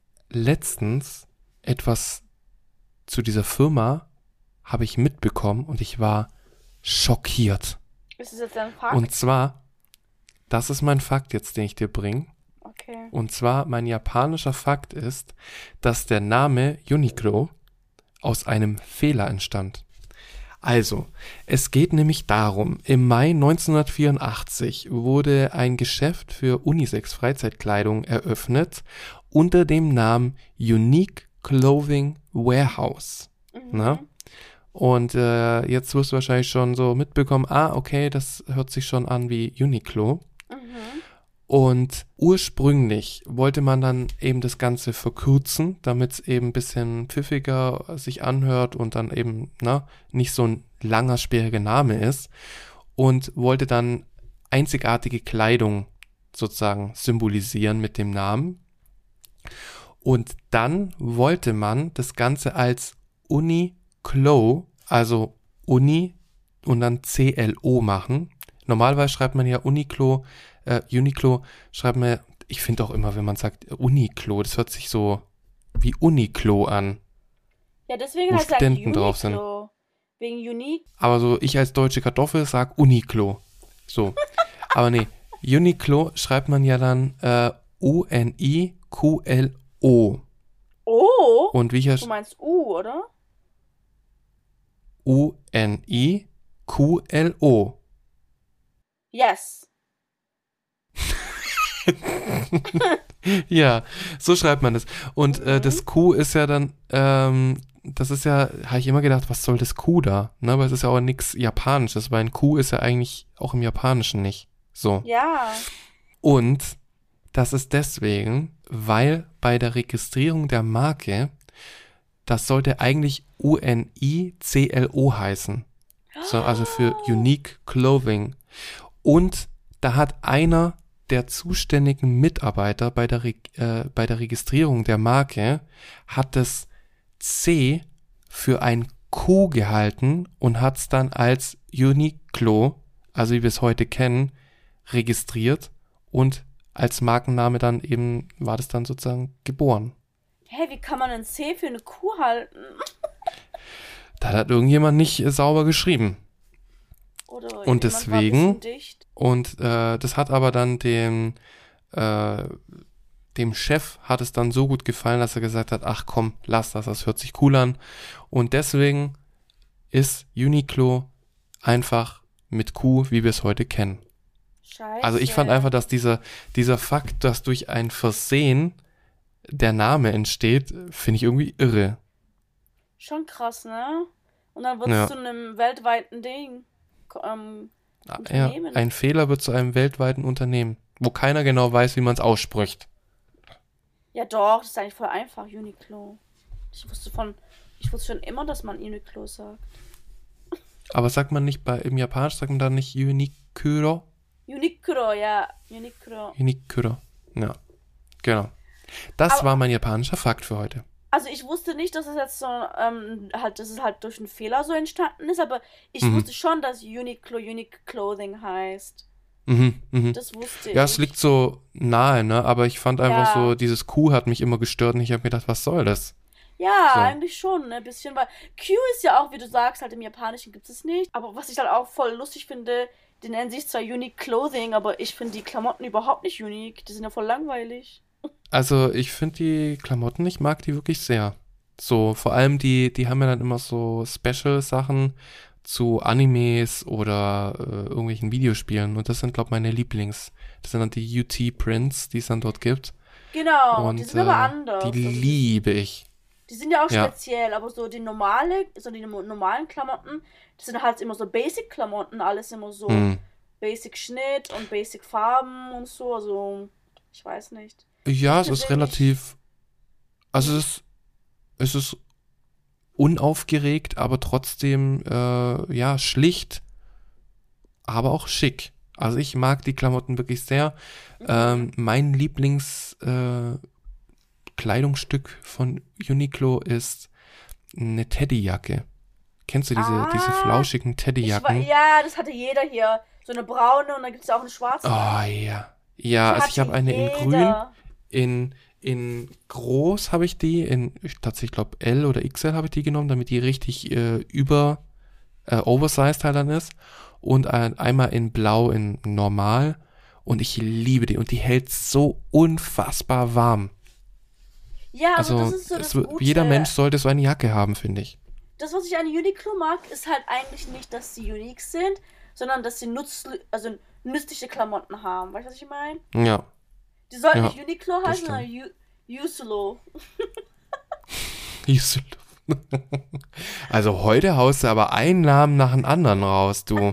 letztens etwas zu dieser Firma habe ich mitbekommen und ich war schockiert. Ist das jetzt ein Fakt? Und zwar, das ist mein Fakt jetzt, den ich dir bringe. Okay. Und zwar, mein japanischer Fakt ist, dass der Name Uniqlo aus einem Fehler entstand. Also, es geht nämlich darum, im Mai neunzehnhundertvierundachtzig wurde ein Geschäft für Unisex-Freizeitkleidung eröffnet unter dem Namen Unique Clothing Warehouse. Mhm. Na? Und äh, jetzt wirst du wahrscheinlich schon so mitbekommen, ah, okay, das hört sich schon an wie Uniqlo. Mhm. Und ursprünglich wollte man dann eben das Ganze verkürzen, damit es eben ein bisschen pfiffiger sich anhört und dann eben na, nicht so ein langer, sperriger Name ist. Und wollte dann einzigartige Kleidung sozusagen symbolisieren mit dem Namen. Und dann wollte man das Ganze als Uniqlo, also Uni und dann C L O machen. Normalerweise schreibt man ja Uniqlo, äh, Uniqlo schreibt man, ich finde auch immer, wenn man sagt Uniqlo, das hört sich so wie Uniqlo an. Ja, deswegen Wo heißt es Studenten eigentlich drauf sind. Uniqlo. Wegen Unique. Aber so, ich als deutsche Kartoffel sag Uniqlo. So. Aber nee, Uniqlo schreibt man ja dann äh, U N I Q L O. Oh! Und wie ich ja Du meinst U, oder? U N I Q L O. Yes. Ja, so schreibt man das. Und äh, Mhm. das Q ist ja dann, ähm, das ist ja, habe ich immer gedacht, was soll das Q da? Ne, aber es ist ja auch nichts Japanisches, weil ein Q ist ja eigentlich auch im Japanischen nicht. So. Ja. Und das ist deswegen, weil bei der Registrierung der Marke, das sollte eigentlich U N I C L O heißen. So, also für Unique Clothing. Und da hat einer der zuständigen Mitarbeiter bei der, Re äh, bei der Registrierung der Marke hat das C für ein Q gehalten und hat es dann als Uniqlo, also wie wir es heute kennen, registriert und als Markenname dann eben, war das dann sozusagen geboren. Hä, wie kann man ein C für eine Kuh halten? Da hat irgendjemand nicht äh, sauber geschrieben. Oder Und jemand deswegen- war ein bisschen dicht. Und äh, das hat aber dann dem, äh, dem Chef hat es dann so gut gefallen, dass er gesagt hat, ach komm, lass das, das hört sich cool an. Und deswegen ist Uniqlo einfach mit Q, wie wir es heute kennen. Scheiße. Also ich fand einfach, dass dieser, dieser Fakt, dass durch ein Versehen der Name entsteht, finde ich irgendwie irre. Schon krass, ne? Und dann wird es Ja. zu einem weltweiten Ding. Ko- Ähm, Ja, Unternehmen. ein Fehler wird zu einem weltweiten Unternehmen, wo keiner genau weiß, wie man es ausspricht. ja doch, das ist eigentlich voll einfach, Uniqlo. Ich wusste von, ich wusste schon immer, dass man Uniqlo sagt. Aber sagt man nicht bei, im Japanisch sagt man da nicht Uniqlo? Uniqlo, ja, Uniqlo. Uniqlo. Ja, genau. Das Aber- war mein japanischer Fakt für heute. Also ich wusste nicht, dass es jetzt so, ähm, halt, dass es halt durch einen Fehler so entstanden ist, aber ich Mhm. wusste schon, dass Uniqlo Unique Clothing heißt. Mhm, mhm. Das wusste Ja, ich. es liegt so nahe, ne? Aber ich fand einfach Ja. so, dieses Q hat mich immer gestört und ich habe mir gedacht, was soll das? Ja, So. eigentlich schon, ne, ein bisschen, weil Q ist ja auch, wie du sagst, halt im Japanischen gibt es nicht. Aber was ich halt auch voll lustig finde, die nennen sich zwar Unique Clothing, aber ich finde die Klamotten überhaupt nicht unique. Die sind ja voll langweilig. Also ich finde die Klamotten, ich mag die wirklich sehr. So, vor allem die, die haben ja dann immer so Special-Sachen zu Animes oder äh, irgendwelchen Videospielen. Und das sind, glaube ich, meine Lieblings. Das sind dann die U T-Prints, die es dann dort gibt. Genau, Und die sind aber äh, anders. die Also die, liebe ich. die sind ja auch Ja. speziell, aber so die normale, so die no- normalen Klamotten, das sind halt immer so Basic-Klamotten, alles immer so Hm. Basic-Schnitt und Basic-Farben und so. Also, ich weiß nicht. Ja, Ich es ist persönlich. relativ, also es ist, es ist unaufgeregt, aber trotzdem, äh, ja, schlicht, aber auch schick. Also ich mag die Klamotten wirklich sehr. Mhm. Ähm, mein Lieblings äh, Kleidungsstück von Uniqlo ist eine Teddyjacke. Kennst du diese, diese Ah, flauschigen ich war, Teddyjacken? ja, das hatte jeder hier. So eine braune und dann gibt es auch eine schwarze. Oh ja. Ja, Die also ich hatte habe eine in grün, jeder. in, in groß habe ich die, in ich tatsächlich glaube L oder X L habe ich die genommen, damit die richtig äh, über äh, oversized halt dann ist. Und ein, einmal in blau in normal. Und ich liebe die. Und die hält so unfassbar warm. Ja, also das Also ist so es, das w- jeder Gute. Mensch sollte so eine Jacke haben, finde ich. Das, was ich an Uniqlo mag, ist halt eigentlich nicht, dass sie unique sind, sondern dass sie nutz, also nützliche Klamotten haben. Weißt du, was ich meine? Ja, Die sollten ja, nicht Uniqlo das heißen, sondern stimmt. U- Usulo. Siehst du. Also heute haust du aber einen Namen nach dem anderen raus, du.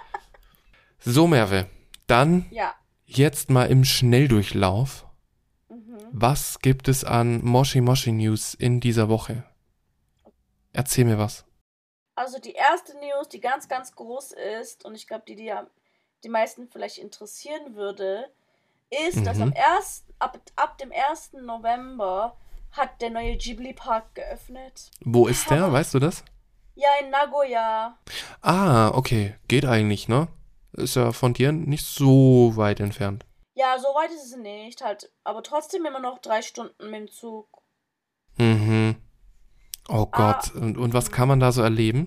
So, Merve, dann Ja. jetzt mal im Schnelldurchlauf. Mhm. Was gibt es an Moshi Moshi News in dieser Woche? Erzähl mir was. Also die erste News, die ganz, ganz groß ist, und ich glaube, die, die ja die meisten vielleicht interessieren würde, ist, dass am Mhm. ersten, ab, ab dem ersten November hat der neue Ghibli Park geöffnet. Wo ist der? Hammer. Weißt du das? Ja, in Nagoya. Ah, okay. Geht eigentlich, ne? Ist ja von dir nicht so weit entfernt. Ja, so weit ist es nicht, halt. Aber trotzdem immer noch drei Stunden mit dem Zug. Mhm. Oh Ah, Gott. Und, und was kann man da so erleben?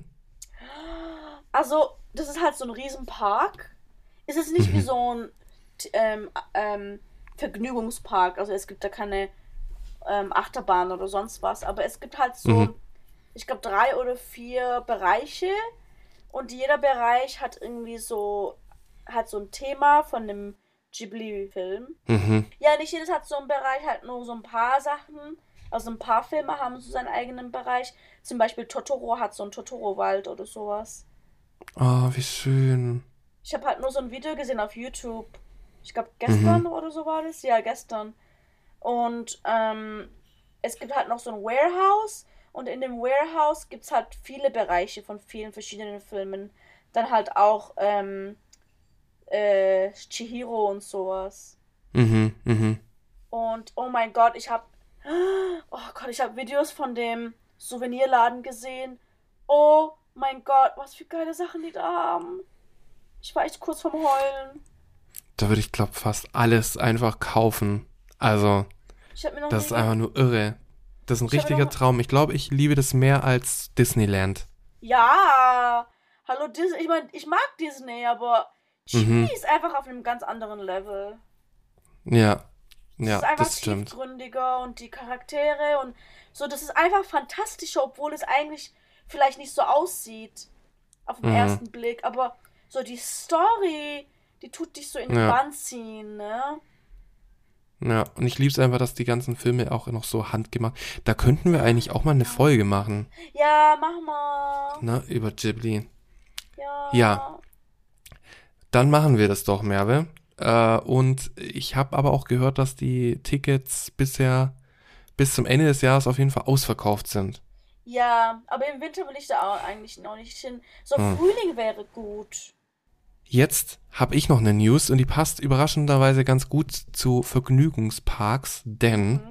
also, das ist halt so ein Riesenpark. Es ist nicht wie Mhm. so ein t- ähm, ähm, Vergnügungspark. Also es gibt da keine ähm, Achterbahn oder sonst was. Aber es gibt halt so, Mhm. ich glaube, drei oder vier Bereiche. Und jeder Bereich hat irgendwie so, hat so ein Thema von einem Ghibli-Film. Mhm. Ja, nicht jedes hat so einen Bereich, halt nur so ein paar Sachen. Also ein paar Filme haben so seinen eigenen Bereich. Zum Beispiel Totoro hat so einen Totoro-Wald oder sowas. Oh, wie schön. Ich habe halt nur so ein Video gesehen auf YouTube. Ich glaube Mhm. gestern oder so war das. Ja, gestern. Und ähm, es gibt halt noch so ein Warehouse. Und in dem Warehouse gibt es halt viele Bereiche von vielen verschiedenen Filmen. Dann halt auch ähm, äh, Chihiro und sowas. Mhm. Mhm. Und oh mein Gott, ich habe oh Gott, ich habe Videos von dem Souvenirladen gesehen. Oh mein Gott, was für geile Sachen die da haben. Ich war echt kurz vorm Heulen. Da würde ich, glaube fast alles einfach kaufen. Also, Ich habe mir noch das nie ist ge einfach nur irre. Das ist ein ich habe mir richtiger noch Traum. Ich glaube, ich liebe das mehr als Disneyland. ja, hallo Disney, ich meine, ich mag Disney, aber Ghibli Mhm. ist einfach auf einem ganz anderen Level. Ja. Es Ja, ist einfach das stimmt. tiefgründiger und die Charaktere und so, das ist einfach fantastischer, obwohl es eigentlich vielleicht nicht so aussieht auf den Mhm. ersten Blick, aber so die Story, die tut dich so in den Ja. Bann ziehen, ne? Ja, und ich liebe es einfach, dass die ganzen Filme auch noch so handgemacht. Da könnten wir eigentlich auch mal eine Folge machen, Ja, mach mal. ne, über Ghibli. Ja, Ja. dann machen wir das doch, Merve. Äh, und ich habe aber auch gehört, dass die Tickets bisher bis zum Ende des Jahres auf jeden Fall ausverkauft sind. Ja, aber im Winter will ich da auch eigentlich noch nicht hin. So Hm. Frühling wäre gut. Jetzt habe ich noch eine News und die passt überraschenderweise ganz gut zu Vergnügungsparks, denn Mhm.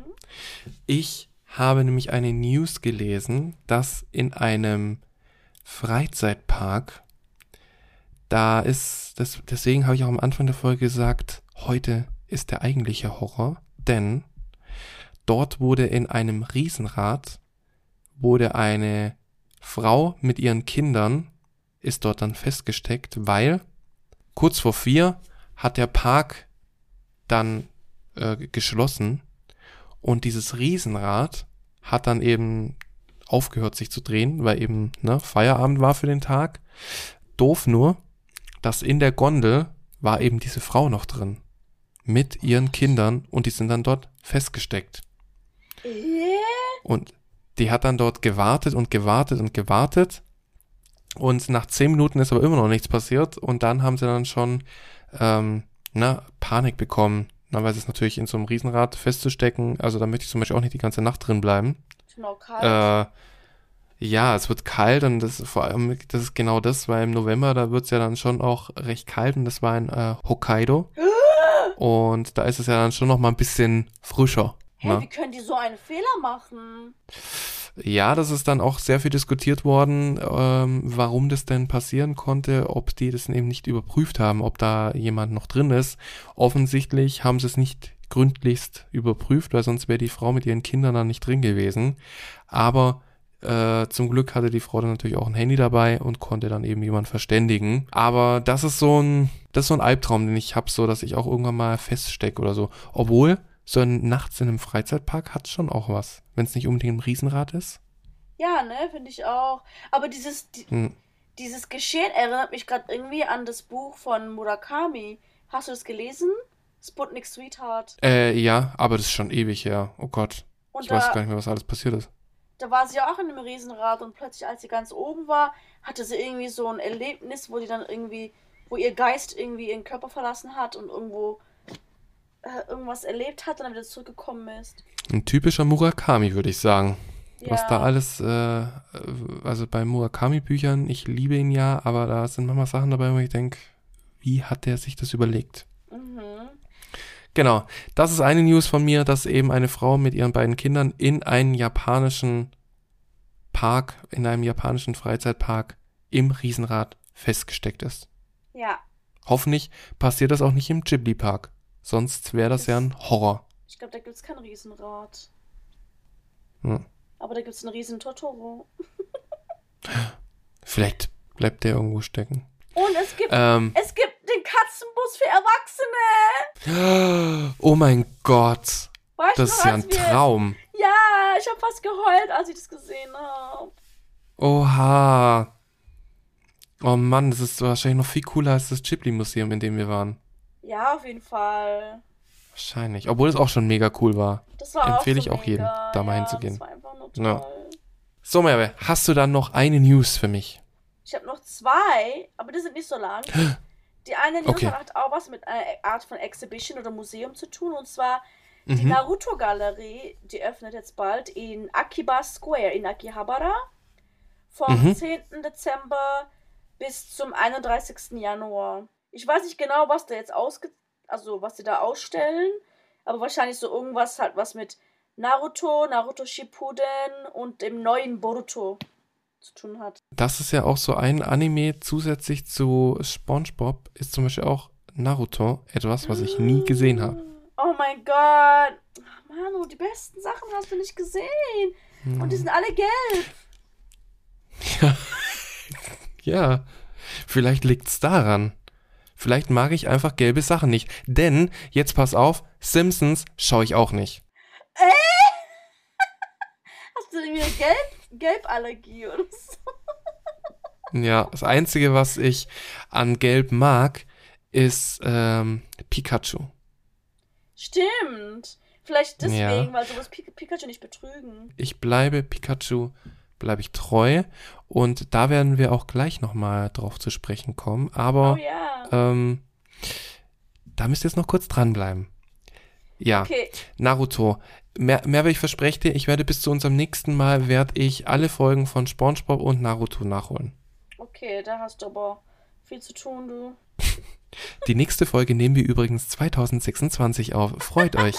ich habe nämlich eine News gelesen, dass in einem Freizeitpark, da ist, das, deswegen habe ich auch am Anfang der Folge gesagt, heute ist der eigentliche Horror, denn dort wurde in einem Riesenrad, wurde eine Frau mit ihren Kindern, ist dort dann festgesteckt, weil kurz vor vier hat der Park dann äh, geschlossen und dieses Riesenrad hat dann eben aufgehört sich zu drehen, weil eben ne, Feierabend war für den Tag. Doof nur, dass in der Gondel war eben diese Frau noch drin. Mit ihren Kindern und die sind dann dort festgesteckt. Äh? Und die hat dann dort gewartet und gewartet und gewartet und nach zehn Minuten ist aber immer noch nichts passiert und dann haben sie dann schon ähm, na, Panik bekommen, na, weil es ist natürlich in so einem Riesenrad festzustecken, also da möchte ich zum Beispiel auch nicht die ganze Nacht drin bleiben. Ist mir auch kalt. Äh, ja, es wird kalt und das vor allem, das ist genau das, weil im November, da wird es ja dann schon auch recht kalt und das war in äh, Hokkaido und da ist es ja dann schon noch mal ein bisschen frischer. Hä, Ne? wie können die so einen Fehler machen? Ja, das ist dann auch sehr viel diskutiert worden, ähm, warum das denn passieren konnte, ob die das eben nicht überprüft haben, ob da jemand noch drin ist. Offensichtlich haben sie es nicht gründlichst überprüft, weil sonst wäre die Frau mit ihren Kindern dann nicht drin gewesen. Aber äh, zum Glück hatte die Frau dann natürlich auch ein Handy dabei und konnte dann eben jemand verständigen. Aber das ist so ein, das ist so ein Albtraum, den ich habe, so dass ich auch irgendwann mal feststecke oder so. Obwohl, so ein nachts in einem Freizeitpark hat schon auch was, wenn es nicht unbedingt ein Riesenrad ist. Ja, ne, finde ich auch. Aber dieses, die, Hm. dieses Geschehen erinnert mich gerade irgendwie an das Buch von Murakami. Hast du das gelesen? Sputnik Sweetheart. Äh, ja, aber das ist schon ewig her. Oh Gott. Und Ich weiß da, gar nicht mehr, was alles passiert ist. da war sie auch in einem Riesenrad und plötzlich, als sie ganz oben war, hatte sie irgendwie so ein Erlebnis, wo die dann irgendwie, wo ihr Geist irgendwie ihren Körper verlassen hat und irgendwo äh, irgendwas erlebt hat und dann wieder zurückgekommen ist. Ein typischer Murakami, würde ich sagen. Was da Ja, alles, äh, also bei Murakami-Büchern, ich liebe ihn ja, aber da sind manchmal Sachen dabei, wo ich denke, wie hat der sich das überlegt? mhm. Genau, das ist eine News von mir, dass eben eine Frau mit ihren beiden Kindern in einen japanischen Park, in einem japanischen Freizeitpark im Riesenrad festgesteckt ist. Ja, Hoffentlich passiert das auch nicht im Ghibli-Park. Sonst wäre das ja das, ein Horror. ich glaube, da gibt es kein Riesenrad. Hm. Aber da gibt es einen riesen Totoro. Vielleicht bleibt der irgendwo stecken. Und es gibt, Ähm, es gibt den Katzenbus für Erwachsene. oh mein Gott, Weißt du das noch, ist ja als ein wir... Traum. Ja, ich habe fast geheult, als ich das gesehen habe. Oha. Oh Mann, das ist wahrscheinlich noch viel cooler als das Ghibli-Museum, in dem wir waren. Ja, auf jeden Fall. Wahrscheinlich. Obwohl es auch schon mega cool war. Das war auch Empfehle so ich auch jedem, mega. da mal Ja, das hinzugehen. war einfach nur Ja. toll. So, Merve, hast du dann noch eine News für mich? Ich habe noch zwei, aber die sind nicht so lang. Die eine News Okay. hat auch was mit einer Art von Exhibition oder Museum zu tun. Und zwar die Mhm. Naruto-Galerie, die öffnet jetzt bald in Akiba Square in Akihabara. Vom Mhm. zehnten Dezember bis zum einunddreißigsten Januar. Ich weiß nicht genau, was da jetzt ausge... Also, was sie da ausstellen. Aber wahrscheinlich so irgendwas halt, was mit Naruto, Naruto Shippuden und dem neuen Boruto zu tun hat. Das ist ja auch so ein Anime zusätzlich zu SpongeBob, ist zum Beispiel auch Naruto, etwas, was ich nie gesehen habe. Oh mein Gott. Manu, die besten Sachen hast du nicht gesehen. Und die sind alle gelb. Ja. Ja, vielleicht liegt's daran. Vielleicht mag ich einfach gelbe Sachen nicht. Denn, jetzt pass auf, Simpsons schaue ich auch nicht. Äh? Hast du irgendwie eine Gelb Gelballergie oder so? Ja, das Einzige, was ich an Gelb mag, ist ähm, Pikachu. Stimmt. Vielleicht deswegen, Ja. weil sowas Pik Pikachu nicht betrügen. Ich bleibe Pikachu, bleibe ich treu. Und da werden wir auch gleich nochmal drauf zu sprechen kommen. Aber Oh ja. ähm, da müsst ihr jetzt noch kurz dranbleiben. Ja, Okay. Naruto. Mehr, mehr ich verspreche dir, ich werde bis zu unserem nächsten Mal, werde ich alle Folgen von SpongeBob und Naruto nachholen. Okay, da hast du aber viel zu tun, du. Die nächste Folge nehmen wir übrigens zwanzig sechsundzwanzig auf. Freut euch.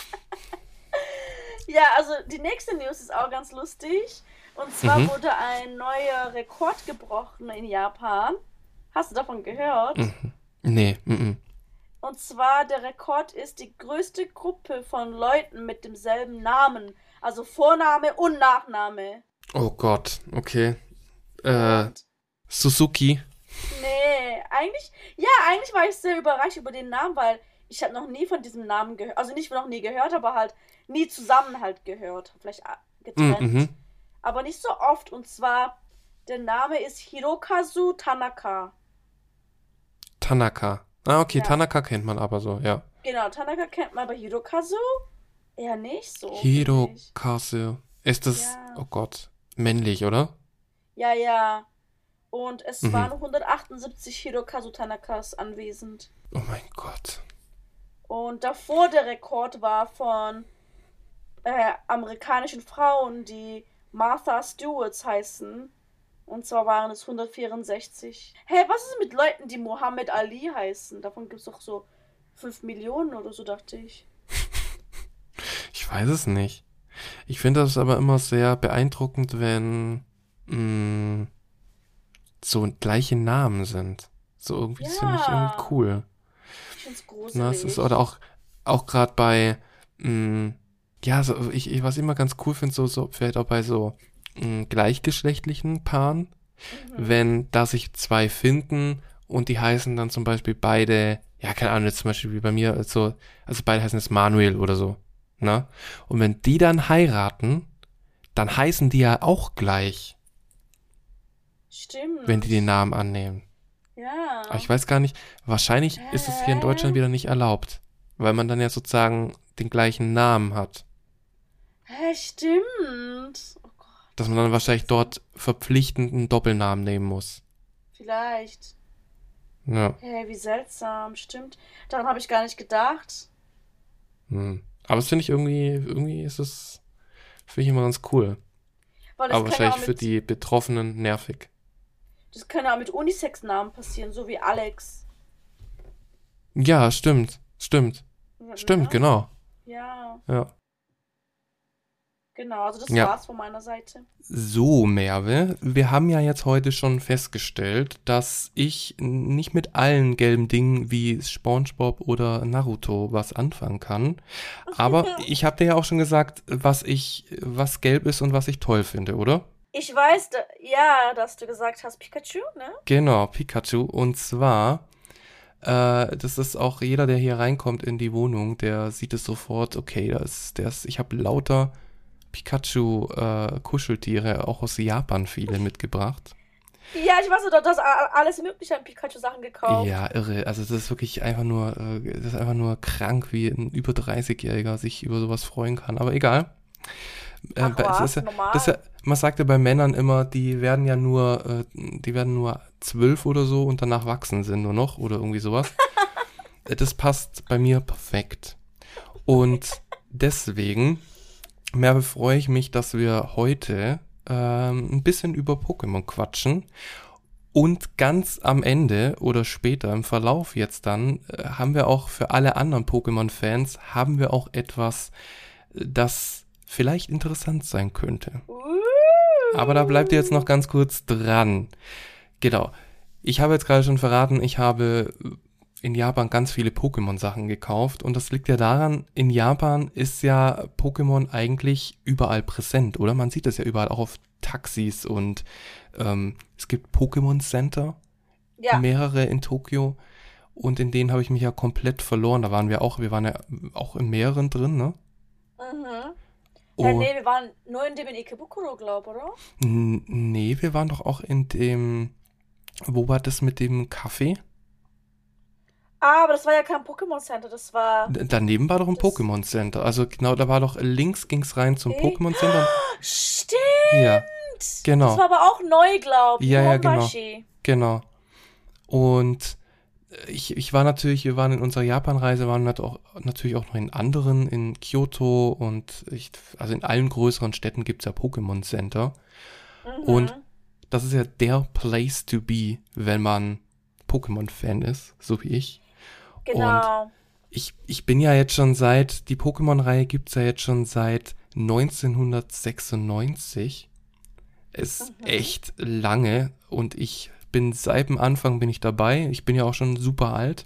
Ja, also die nächste News ist auch ganz lustig. Und zwar Mhm. wurde ein neuer Rekord gebrochen in Japan. Hast du davon gehört? Mhm. Nee, mhm. Und zwar der Rekord ist die größte Gruppe von Leuten mit demselben Namen. Also Vorname und Nachname. Oh Gott, okay. Äh, Und Suzuki. Nee, eigentlich, ja, eigentlich war ich sehr überrascht über den Namen, weil ich habe noch nie von diesem Namen gehört, also nicht noch nie gehört, aber halt nie zusammen halt gehört, vielleicht a- Mm, Mhm. getrennt, aber nicht so oft. Und zwar, der Name ist Hirokazu Tanaka. Tanaka. Ah, okay, Ja, Tanaka kennt man aber so, ja. genau, Tanaka kennt man, aber Hirokazu eher nicht so, finde ich. Hirokazu. Ist das, Ja, oh Gott, männlich, oder? ja, ja. Und es Mhm. waren hundertachtundsiebzig Hirokazu Tanakas anwesend. Oh mein Gott. Und davor der Rekord war von äh, amerikanischen Frauen, die Martha Stewarts heißen. Und zwar waren es hundertvierundsechzig. Hey, was ist mit Leuten, die Muhammad Ali heißen? Davon gibt es doch so fünf Millionen oder so, dachte ich. Ich weiß es nicht. Ich finde das aber immer sehr beeindruckend, wenn mh, so gleiche Namen sind. So irgendwie, das finde ich irgendwie Ja, cool. ich find's Na, es ist, oder gruselig. auch, auch gerade bei, mh, ja, so, ich, ich, was ich immer ganz cool finde, so, so, vielleicht auch bei so mh, gleichgeschlechtlichen Paaren, Mhm. wenn da sich zwei finden und die heißen dann zum Beispiel beide, ja, keine Ahnung, jetzt zum Beispiel wie bei mir, also, also beide heißen jetzt Manuel oder so, ne? Und wenn die dann heiraten, dann heißen die ja auch gleich, wenn die den Stimmt. Namen annehmen. Aber Ja. ich weiß gar nicht, wahrscheinlich ist es hier in Deutschland Hä? wieder nicht erlaubt, weil man dann ja sozusagen den gleichen Namen hat. Hä, stimmt. Oh Dass Gott. man dann wahrscheinlich Wieso? dort verpflichtend einen Doppelnamen nehmen muss. Vielleicht. Ja. Hä, wie seltsam. Stimmt. Daran habe ich gar nicht gedacht. Hm. Aber das finde ich irgendwie, irgendwie ist es, finde ich immer ganz cool. Weil das Aber kann ja wahrscheinlich auch für mit, die Betroffenen nervig. das kann ja auch mit Unisex-Namen passieren, so wie Alex. Ja, stimmt. Stimmt. Stimmt, Ne? genau. Ja, Ja. genau. Also das Ja. war's von meiner Seite. So, Merve, wir haben ja jetzt heute schon festgestellt, dass ich nicht mit allen gelben Dingen wie SpongeBob oder Naruto was anfangen kann. Aber ich habe dir ja auch schon gesagt, was ich, was gelb ist und was ich toll finde, oder? Ich weiß, da, ja, dass du gesagt hast, Pikachu, ne? Genau, Pikachu. Und zwar, äh, das ist auch jeder, der hier reinkommt in die Wohnung, der sieht es sofort, okay, das ist, der ist, ich habe lauter Pikachu-Kuscheltiere, auch aus Japan viele mitgebracht. Ja, ich weiß, du hast a- alles mögliche an Pikachu-Sachen gekauft. Ja, irre. Also das ist wirklich einfach nur, äh, das ist einfach nur krank, wie ein über dreißig-Jähriger sich über sowas freuen kann. Aber egal. Äh, Ach bei- es ist was, ja, das ist normal. ja, man sagt ja bei Männern immer, die werden ja nur, äh, die werden nur zwölf oder so und danach wachsen sind nur noch oder irgendwie sowas. Äh, Das passt bei mir perfekt. Und deswegen, Merve, freue ich mich, dass wir heute ähm, ein bisschen über Pokémon quatschen. Und ganz am Ende oder später im Verlauf jetzt dann äh, haben wir auch für alle anderen Pokémon-Fans haben wir auch etwas, äh, das vielleicht interessant sein könnte. Aber da bleibt ihr jetzt noch Uh. ganz kurz dran. Genau. Ich habe jetzt gerade schon verraten, ich habe in Japan ganz viele Pokémon-Sachen gekauft. Und das liegt ja daran, in Japan ist ja Pokémon eigentlich überall präsent, oder? Man sieht es ja überall, auch auf Taxis und ähm, es gibt Pokémon Center, Ja. mehrere in Tokio. Und in denen habe ich mich ja komplett verloren. Da waren wir auch, wir waren ja auch in mehreren drin, ne? Mhm. Hä, Oh, nee, wir waren nur in dem in Ikebukuro, glaub, oder? n- nee, wir waren doch auch in dem, wo war das mit dem Kaffee? Ah, aber das war ja kein Pokémon Center, das war D- Daneben war doch ein das. Pokémon Center. Also genau, da war doch links ging's rein zum Eh? Pokémon Center. Und, Stimmt! ja, Das war genau. aber auch neu, glaub, Ja, in ja, genau. Hombashi. Genau. Und ich, ich war natürlich, wir waren in unserer Japanreise, waren nat- auch, natürlich auch noch in anderen, in Kyoto und ich, also in allen größeren Städten gibt's ja Pokémon Center. Und Mhm. das ist ja der Place to be, wenn man Pokémon-Fan ist, so wie ich. Und Genau. ich, ich bin ja jetzt schon seit, die Pokémon-Reihe gibt's ja jetzt schon seit neunzehnhundertsechsundneunzig. Ist Mhm. echt lange und ich bin seit dem Anfang bin ich dabei. Ich bin ja auch schon super alt.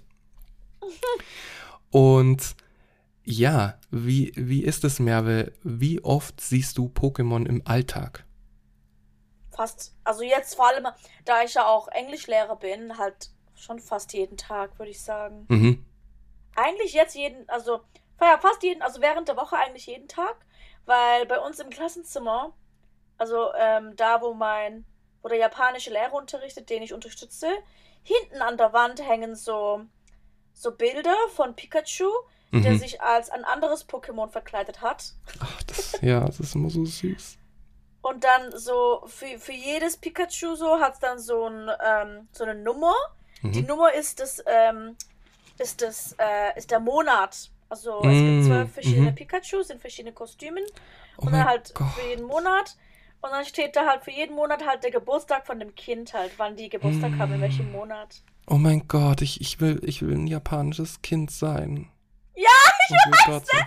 Und ja, wie, wie ist es, Merve? Wie oft siehst du Pokémon im Alltag? fast, also jetzt vor allem, da ich ja auch Englischlehrer bin, halt schon fast jeden Tag, würde ich sagen. Mhm. Eigentlich jetzt jeden, also ja, fast jeden, also während der Woche eigentlich jeden Tag, weil bei uns im Klassenzimmer, also ähm, da, wo mein, wo der japanische Lehrer unterrichtet, den ich unterstütze, hinten an der Wand hängen so, so Bilder von Pikachu, der Mhm. sich als ein anderes Pokémon verkleidet hat. Ach, das, ja, das ist immer so süß. Und dann so, für, für jedes Pikachu so hat es dann so, ein, ähm, so eine Nummer. Die Mhm. Nummer ist das, ähm, ist das, äh, ist der Monat. Also es gibt Mm, zwölf verschiedene mhm. Pikachus in verschiedenen Kostümen. Oh Und dann mein halt für Gott. jeden Monat. Und dann steht da halt für jeden Monat halt der Geburtstag von dem Kind halt, wann die Geburtstag haben, in Mm. welchem Monat. Oh mein Gott, ich, ich will, ich will ein japanisches Kind sein. Ja, ich Und will weiß, dort sein.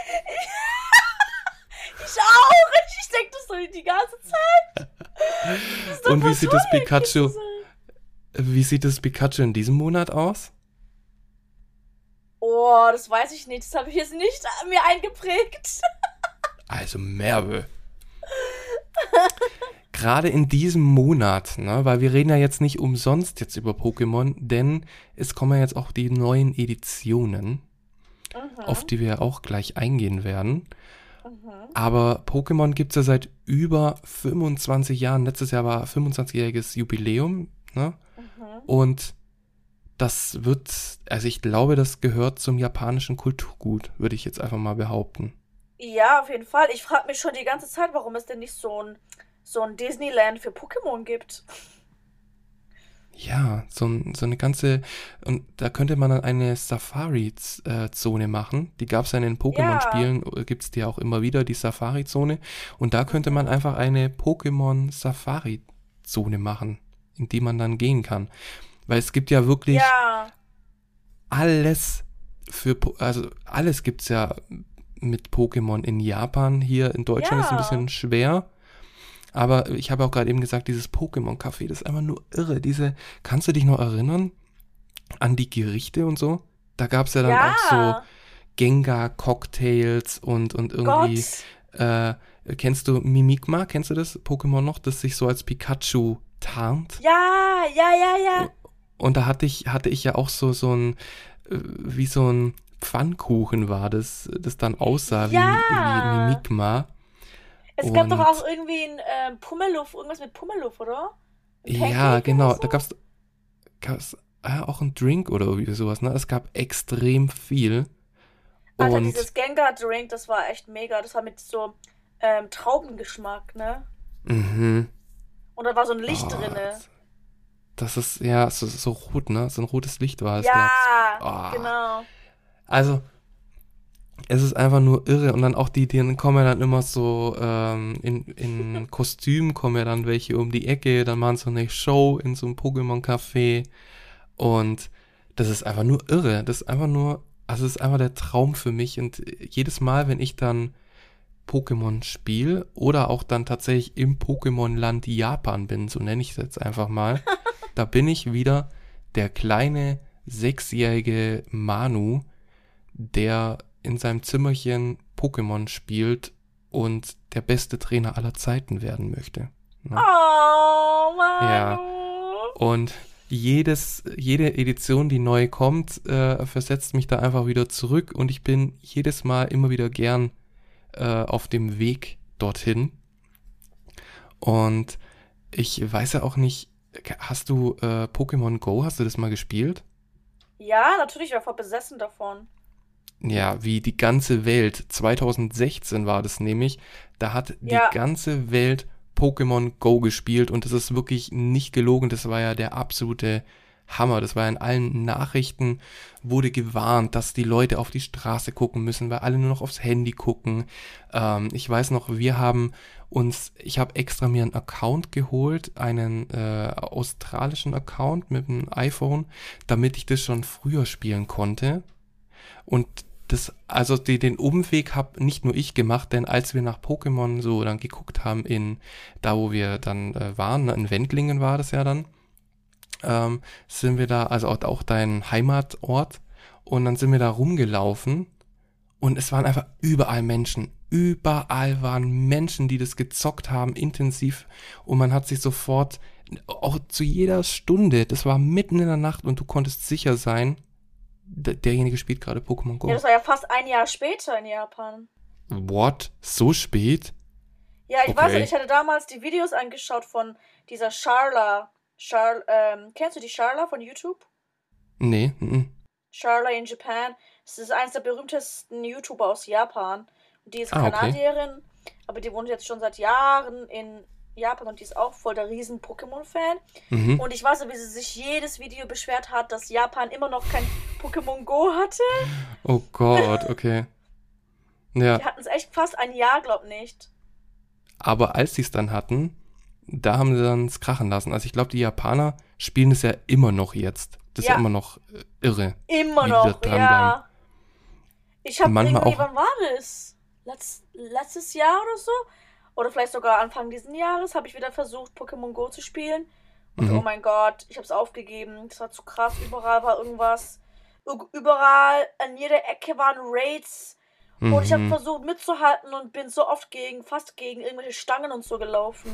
ich auch. Ich denke das so die ganze Zeit. Das ist doch Und wie voll sieht toll, das ein Kind Pikachu, zu sein. wie sieht das Pikachu in diesem Monat aus? Oh, das weiß ich nicht. Das habe ich jetzt nicht mir eingeprägt. Also Merve. Gerade in diesem Monat, ne, weil wir reden ja jetzt nicht umsonst jetzt über Pokémon, denn es kommen ja jetzt auch die neuen Editionen, auf Mhm, die wir auch gleich eingehen werden. mhm. Aber Pokémon gibt es ja seit über fünfundzwanzig Jahren. Letztes Jahr war fünfundzwanzigjähriges Jubiläum, ne? Mhm. Und das wird, also ich glaube, das gehört zum japanischen Kulturgut, würde ich jetzt einfach mal behaupten. Ja, auf jeden Fall. Ich frage mich schon die ganze Zeit, warum es denn nicht so ein, so ein Disneyland für Pokémon gibt. Ja, so, ein- so eine ganze, und da könnte man dann eine Safari-Zone machen. Die gab es ja in den Ja, Pokémon-Spielen, gibt es die auch immer wieder, die Safari-Zone. Und da könnte man mhm. einfach eine Pokémon-Safari-Zone machen, in die man dann gehen kann. Weil es gibt ja wirklich Ja, alles für, Po- also alles gibt's ja mit Pokémon in Japan. Hier in Deutschland ist es ein ja. bisschen schwer. Aber ich habe auch gerade eben gesagt, dieses Pokémon-Café, das ist einfach nur irre. Diese, kannst du dich noch erinnern an die Gerichte und so? Da gab's ja dann auch so Ja. Gengar-Cocktails und, und irgendwie, Gott. äh, kennst du Mimikma? Kennst du das Pokémon noch, das sich so als Pikachu tarnt? Ja, ja, ja, ja. Und da hatte ich, hatte ich ja auch so, so ein, äh, wie so ein Pfannkuchen war das, das dann aussah wie, Mi- wie Ja. Mimikma. Es gab doch auch Und irgendwie ein ähm, Pummeluff, irgendwas mit Pummeluff, oder? Ein ja, Pancake oder genau, so? da gab's, gab's äh, auch einen Drink oder irgendwie sowas, ne? Es gab extrem viel. Alter, Und, dieses Gengar-Drink, das war echt mega. Das war mit so ähm, Traubengeschmack, ne? mhm, Und da war so ein Licht oh, drinne. das ist, ja, so, so rot, ne? So ein rotes Licht war es, glaubst Ja, oh. genau. Also, es ist einfach nur irre. Und dann auch die, die kommen ja dann immer so ähm, in, in Kostümen, kommen ja dann welche um die Ecke, dann machen so eine Show in so einem Pokémon-Café. Und das ist einfach nur irre. Das ist einfach nur, also es ist einfach der Traum für mich. Und jedes Mal, wenn ich dann Pokémon spiele oder auch dann tatsächlich im Pokémon-Land Japan bin, so nenne ich es jetzt einfach mal, da bin ich wieder der kleine sechsjährige Manu, der in seinem Zimmerchen Pokémon spielt und der beste Trainer aller Zeiten werden möchte. Ne? Oh, Ja, Manu. und jedes, jede Edition, die neu kommt, äh, versetzt mich da einfach wieder zurück und ich bin jedes Mal immer wieder gern äh, auf dem Weg dorthin. Und ich weiß ja auch nicht, hast du äh, Pokémon Go, hast du das mal gespielt? Ja, natürlich, ich war voll besessen davon. Ja, wie die ganze Welt. zweitausendsechzehn war das nämlich. Da hat die Ja. ganze Welt Pokémon Go gespielt und das ist wirklich nicht gelogen. Das war ja der absolute Hammer. Das war ja in allen Nachrichten, wurde gewarnt, dass die Leute auf die Straße gucken müssen, weil alle nur noch aufs Handy gucken. Ähm, ich weiß noch, wir haben uns, ich habe extra mir einen Account geholt, einen äh, australischen Account mit einem iPhone, damit ich das schon früher spielen konnte. Und das, also die, den Umweg habe nicht nur ich gemacht, denn als wir nach Pokémon so dann geguckt haben in, da wo wir dann äh, waren, ne, in Wendlingen war das ja dann, ähm, sind wir da, also auch, auch dein Heimatort, und dann sind wir da rumgelaufen Und es waren einfach überall Menschen. Überall waren Menschen, die das gezockt haben, intensiv. Und man hat sich sofort, auch zu jeder Stunde, das war mitten in der Nacht und du konntest sicher sein, d- derjenige spielt gerade Pokémon Go. Ja, das war ja fast ein Jahr später in Japan. What? So spät? Ja, ich Okay. weiß nicht, ich hatte damals die Videos angeschaut von dieser Charla. Char, ähm, kennst du die Charla von YouTube? Nee, mhm. Charla in Japan. Das ist eines der berühmtesten YouTuber aus Japan. Und die ist Ah, okay. Kanadierin, aber die wohnt jetzt schon seit Jahren in Japan und die ist auch voll der riesen Pokémon-Fan. Mhm. Und ich weiß nicht, wie sie sich jedes Video beschwert hat, dass Japan immer noch kein Pokémon Go hatte. Oh Gott, okay. Ja, Die hatten es echt fast ein Jahr, glaub nicht. aber als sie es dann hatten, da haben sie dann es krachen lassen. Also ich glaube, die Japaner spielen es ja immer noch jetzt. Das ist ja Ja. immer noch äh, irre. Immer Wie die noch, da dranbleiben. ja. Ich habe Manchmal irgendwie, auch- wann war das? Letz, letztes Jahr oder so? Oder vielleicht sogar Anfang dieses Jahres habe ich wieder versucht, Pokémon Go zu spielen. Und Mhm. oh mein Gott, ich habe es aufgegeben. Das war zu krass. Überall war irgendwas. Ü- Überall, an jeder Ecke waren Raids. Und ich habe Mhm. versucht mitzuhalten und bin so oft gegen, fast gegen irgendwelche Stangen und so gelaufen.